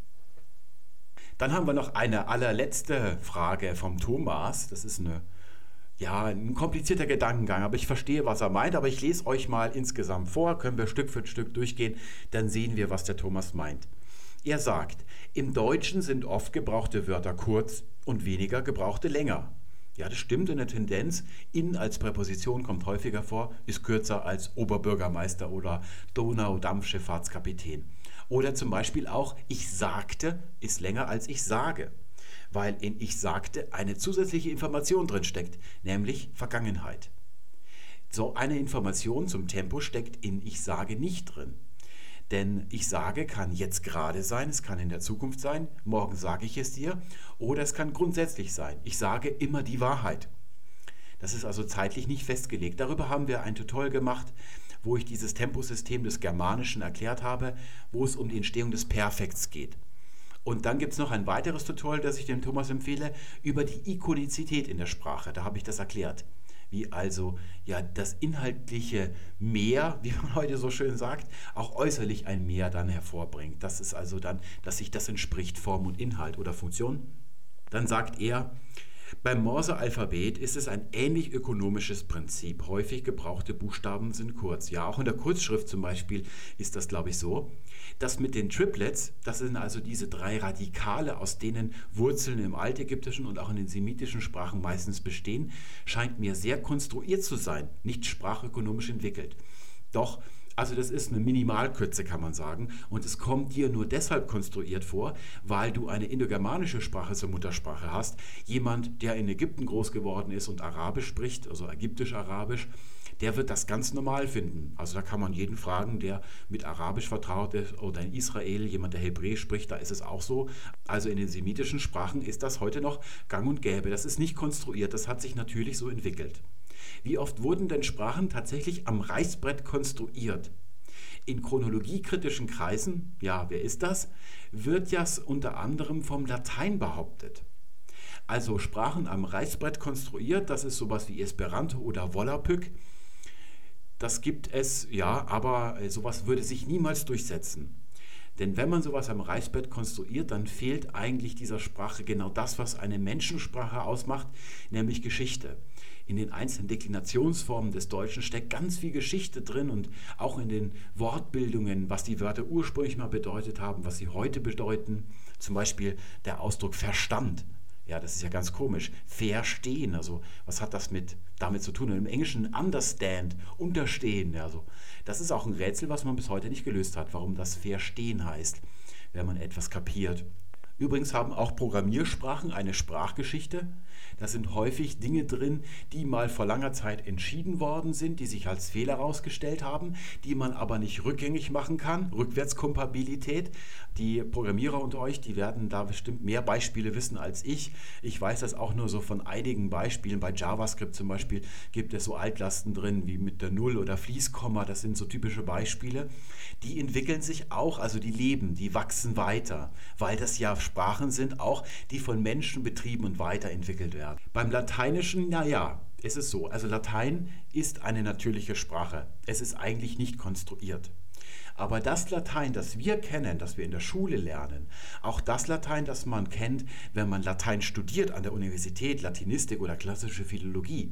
Dann haben wir noch eine allerletzte Frage vom Thomas, das ist ein komplizierter Gedankengang, aber ich verstehe, was er meint, aber ich lese euch mal insgesamt vor, können wir Stück für Stück durchgehen, dann sehen wir, was der Thomas meint. Er sagt, im Deutschen sind oft gebrauchte Wörter kurz und weniger gebrauchte länger. Ja, das stimmt in der Tendenz. In als Präposition kommt häufiger vor, ist kürzer als Oberbürgermeister oder Donaudampfschifffahrtskapitän. Oder zum Beispiel auch, ich sagte, ist länger als ich sage. Weil in ich sagte eine zusätzliche Information drin steckt, nämlich Vergangenheit. So eine Information zum Tempo steckt in ich sage nicht drin. Denn ich sage kann jetzt gerade sein, es kann in der Zukunft sein, morgen sage ich es dir, oder es kann grundsätzlich sein. Ich sage immer die Wahrheit. Das ist also zeitlich nicht festgelegt. Darüber haben wir ein Tutorial gemacht, wo ich dieses Temposystem des Germanischen erklärt habe, wo es um die Entstehung des Perfekts geht. Und dann gibt es noch ein weiteres Tutorial, das ich dem Thomas empfehle, über die Ikonizität in der Sprache. Da habe ich das erklärt. Wie also das inhaltliche Mehr, wie man heute so schön sagt, auch äußerlich ein Mehr dann hervorbringt. Das ist also dann, dass sich das entspricht, Form und Inhalt oder Funktion. Dann sagt er, beim Morse-Alphabet ist es ein ähnlich ökonomisches Prinzip. Häufig gebrauchte Buchstaben sind kurz. Ja, auch in der Kurzschrift zum Beispiel ist das, glaube ich, so. Das mit den Triplets, das sind also diese 3 Radikale, aus denen Wurzeln im altägyptischen und auch in den semitischen Sprachen meistens bestehen, scheint mir sehr konstruiert zu sein, nicht sprachökonomisch entwickelt. Doch Also das ist eine Minimalkürze, kann man sagen. Und es kommt dir nur deshalb konstruiert vor, weil du eine indogermanische Sprache zur Muttersprache hast. Jemand, der in Ägypten groß geworden ist und Arabisch spricht, also ägyptisch-arabisch, der wird das ganz normal finden. Also da kann man jeden fragen, der mit Arabisch vertraut ist, oder in Israel, jemand, der Hebräisch spricht, da ist es auch so. Also in den semitischen Sprachen ist das heute noch gang und gäbe. Das ist nicht konstruiert, das hat sich natürlich so entwickelt. Wie oft wurden denn Sprachen tatsächlich am Reißbrett konstruiert? In chronologiekritischen Kreisen, ja, wer ist das, wird ja unter anderem vom Latein behauptet. Also Sprachen am Reißbrett konstruiert, das ist sowas wie Esperanto oder Volapük. Das gibt es, ja, aber sowas würde sich niemals durchsetzen. Denn wenn man sowas am Reißbrett konstruiert, dann fehlt eigentlich dieser Sprache genau das, was eine Menschensprache ausmacht, nämlich Geschichte. In den einzelnen Deklinationsformen des Deutschen steckt ganz viel Geschichte drin und auch in den Wortbildungen, was die Wörter ursprünglich mal bedeutet haben, was sie heute bedeuten. Zum Beispiel der Ausdruck Verstand. Ja, das ist ja ganz komisch. Verstehen, also was hat das damit zu tun? Und im Englischen understand, unterstehen. Ja, also das ist auch ein Rätsel, was man bis heute nicht gelöst hat, warum das Verstehen heißt, wenn man etwas kapiert. Übrigens haben auch Programmiersprachen eine Sprachgeschichte. Da sind häufig Dinge drin, die mal vor langer Zeit entschieden worden sind, die sich als Fehler herausgestellt haben, die man aber nicht rückgängig machen kann. Rückwärtskompatibilität. Die Programmierer unter euch, die werden da bestimmt mehr Beispiele wissen als ich. Ich weiß das auch nur so von einigen Beispielen. Bei JavaScript zum Beispiel gibt es so Altlasten drin wie mit der Null- oder Fließkomma. Das sind so typische Beispiele. Die entwickeln sich auch, also die leben, die wachsen weiter, weil das ja Sprachen sind, auch die von Menschen betrieben und weiterentwickelt werden. Beim Lateinischen, naja, ist es so. Also Latein ist eine natürliche Sprache. Es ist eigentlich nicht konstruiert. Aber das Latein, das wir kennen, das wir in der Schule lernen, auch das Latein, das man kennt, wenn man Latein studiert an der Universität, Latinistik oder klassische Philologie,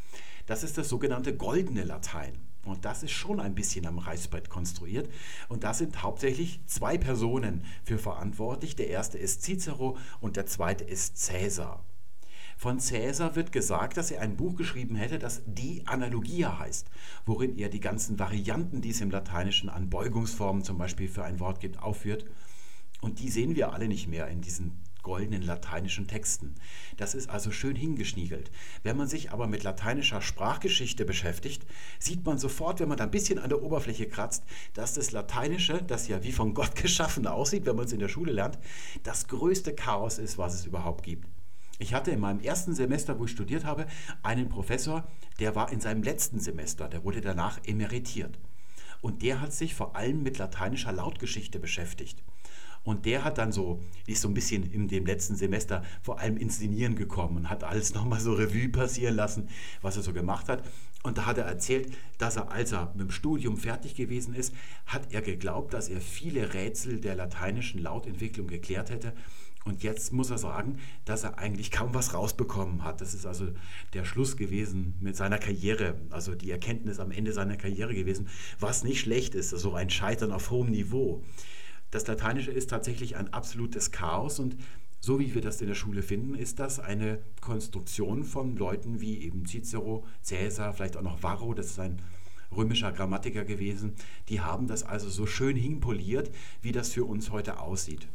das ist das sogenannte goldene Latein. Und das ist schon ein bisschen am Reißbrett konstruiert. Und da sind hauptsächlich zwei Personen für verantwortlich. Der erste ist Cicero und der zweite ist Caesar. Von Caesar wird gesagt, dass er ein Buch geschrieben hätte, das Die Analogia heißt, worin er die ganzen Varianten, die es im Lateinischen an Beugungsformen zum Beispiel für ein Wort gibt, aufführt. Und die sehen wir alle nicht mehr in diesen goldenen lateinischen Texten. Das ist also schön hingeschniegelt. Wenn man sich aber mit lateinischer Sprachgeschichte beschäftigt, sieht man sofort, wenn man da ein bisschen an der Oberfläche kratzt, dass das Lateinische, das ja wie von Gott geschaffen aussieht, wenn man es in der Schule lernt, das größte Chaos ist, was es überhaupt gibt. Ich hatte in meinem ersten Semester, wo ich studiert habe, einen Professor, der war in seinem letzten Semester, der wurde danach emeritiert. Und der hat sich vor allem mit lateinischer Lautgeschichte beschäftigt. Und der hat dann ist so ein bisschen in dem letzten Semester vor allem ins Sinnieren gekommen und hat alles nochmal so Revue passieren lassen, was er so gemacht hat. Und da hat er erzählt, dass er, als er mit dem Studium fertig gewesen ist, hat er geglaubt, dass er viele Rätsel der lateinischen Lautentwicklung geklärt hätte. Und jetzt muss er sagen, dass er eigentlich kaum was rausbekommen hat. Das ist also der Schluss gewesen mit seiner Karriere, also die Erkenntnis am Ende seiner Karriere gewesen, was nicht schlecht ist, also ein Scheitern auf hohem Niveau. Das Lateinische ist tatsächlich ein absolutes Chaos und so wie wir das in der Schule finden, ist das eine Konstruktion von Leuten wie eben Cicero, Caesar, vielleicht auch noch Varro, das ist ein römischer Grammatiker gewesen. Die haben das also so schön hinpoliert, wie das für uns heute aussieht.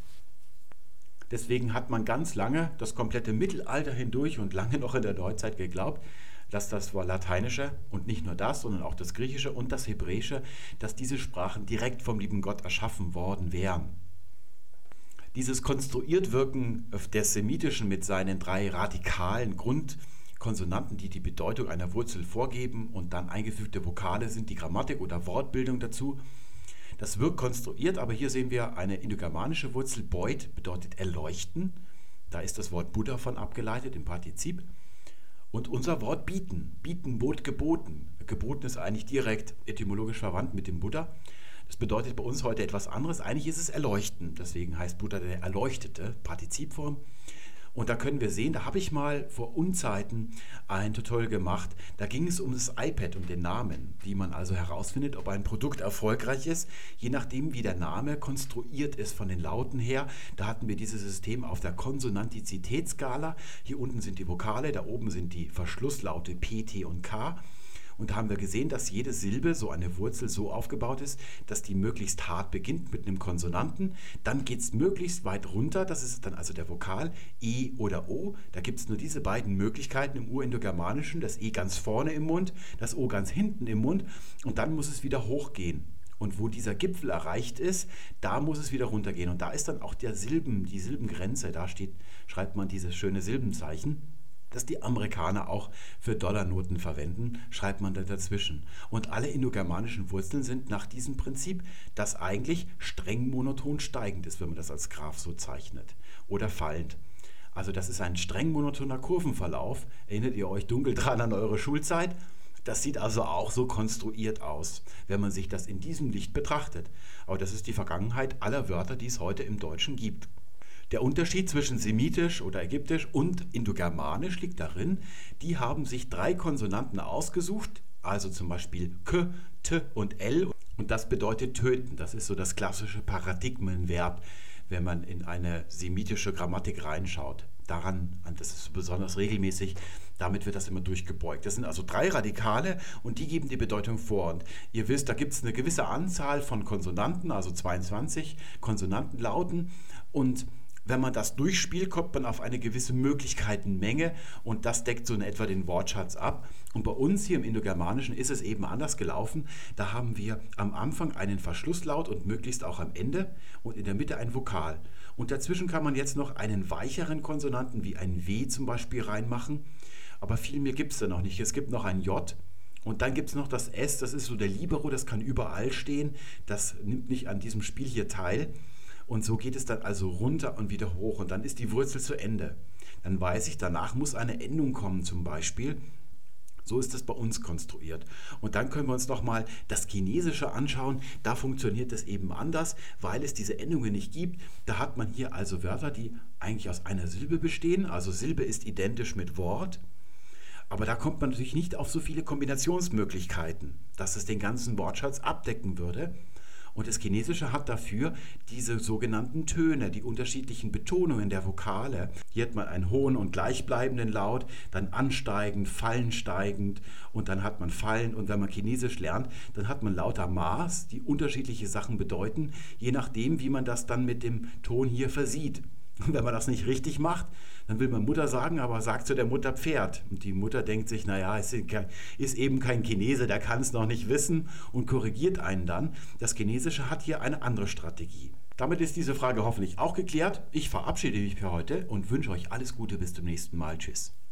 Deswegen hat man ganz lange, das komplette Mittelalter hindurch und lange noch in der Neuzeit geglaubt, dass das Lateinische und nicht nur das, sondern auch das Griechische und das Hebräische, dass diese Sprachen direkt vom lieben Gott erschaffen worden wären. Dieses Konstruiertwirken des Semitischen mit seinen 3 radikalen Grundkonsonanten, die die Bedeutung einer Wurzel vorgeben und dann eingefügte Vokale sind, die Grammatik oder Wortbildung dazu, das wirkt konstruiert, aber hier sehen wir eine indogermanische Wurzel. Beut bedeutet erleuchten, da ist das Wort Buddha von abgeleitet im Partizip. Und unser Wort bieten, bieten bot geboten. Geboten ist eigentlich direkt etymologisch verwandt mit dem Buddha. Das bedeutet bei uns heute etwas anderes. Eigentlich ist es erleuchten, deswegen heißt Buddha der Erleuchtete, Partizipform. Und da können wir sehen, da habe ich mal vor Unzeiten ein Tutorial gemacht. Da ging es um das iPad, um den Namen, wie man also herausfindet, ob ein Produkt erfolgreich ist, je nachdem, wie der Name konstruiert ist von den Lauten her. Da hatten wir dieses System auf der Konsonantizitätsskala. Hier unten sind die Vokale, da oben sind die Verschlusslaute P, T und K. Und da haben wir gesehen, dass jede Silbe, so eine Wurzel, so aufgebaut ist, dass die möglichst hart beginnt mit einem Konsonanten. Dann geht es möglichst weit runter, das ist dann also der Vokal, E oder O. Da gibt es nur diese beiden Möglichkeiten im Urindogermanischen, das E ganz vorne im Mund, das O ganz hinten im Mund und dann muss es wieder hochgehen. Und wo dieser Gipfel erreicht ist, da muss es wieder runtergehen. Und da ist dann auch die Silbengrenze, da schreibt man dieses schöne Silbenzeichen, das die Amerikaner auch für Dollarnoten verwenden, schreibt man da dazwischen. Und alle indogermanischen Wurzeln sind nach diesem Prinzip, das eigentlich streng monoton steigend ist, wenn man das als Graph so zeichnet, oder fallend. Also das ist ein streng monotoner Kurvenverlauf. Erinnert ihr euch dunkel dran an eure Schulzeit? Das sieht also auch so konstruiert aus, wenn man sich das in diesem Licht betrachtet. Aber das ist die Vergangenheit aller Wörter, die es heute im Deutschen gibt. Der Unterschied zwischen semitisch oder ägyptisch und indogermanisch liegt darin, die haben sich 3 Konsonanten ausgesucht, also zum Beispiel K, T und L. Und das bedeutet töten. Das ist so das klassische Paradigmenverb, wenn man in eine semitische Grammatik reinschaut. Das ist besonders regelmäßig, damit wird das immer durchgebeugt. Das sind also 3 Radikale und die geben die Bedeutung vor. Und ihr wisst, da gibt es eine gewisse Anzahl von Konsonanten, also 22 Konsonantenlauten. Und wenn man das durchspielt, kommt man auf eine gewisse Möglichkeitenmenge und das deckt so in etwa den Wortschatz ab. Und bei uns hier im Indogermanischen ist es eben anders gelaufen. Da haben wir am Anfang einen Verschlusslaut und möglichst auch am Ende und in der Mitte ein Vokal. Und dazwischen kann man jetzt noch einen weicheren Konsonanten wie ein W zum Beispiel reinmachen. Aber viel mehr gibt es da noch nicht. Es gibt noch ein J. Und dann gibt es noch das S, das ist so der Libero, das kann überall stehen. Das nimmt nicht an diesem Spiel hier teil. Und so geht es dann also runter und wieder hoch. Und dann ist die Wurzel zu Ende. Dann weiß ich, danach muss eine Endung kommen zum Beispiel. So ist das bei uns konstruiert. Und dann können wir uns nochmal das Chinesische anschauen. Da funktioniert das eben anders, weil es diese Endungen nicht gibt. Da hat man hier also Wörter, die eigentlich aus einer Silbe bestehen. Also Silbe ist identisch mit Wort. Aber da kommt man natürlich nicht auf so viele Kombinationsmöglichkeiten, dass es den ganzen Wortschatz abdecken würde. Und das Chinesische hat dafür diese sogenannten Töne, die unterschiedlichen Betonungen der Vokale. Hier hat man einen hohen und gleichbleibenden Laut, dann ansteigend, fallensteigend und dann hat man fallen. Und wenn man Chinesisch lernt, dann hat man lauter Maß, die unterschiedliche Sachen bedeuten, je nachdem, wie man das dann mit dem Ton hier versieht. Und wenn man das nicht richtig macht, dann will man Mutter sagen, aber sagt zu der Mutter Pferd. Und die Mutter denkt sich, naja, es ist eben kein Chinese, der kann es noch nicht wissen und korrigiert einen dann. Das Chinesische hat hier eine andere Strategie. Damit ist diese Frage hoffentlich auch geklärt. Ich verabschiede mich für heute und wünsche euch alles Gute bis zum nächsten Mal. Tschüss.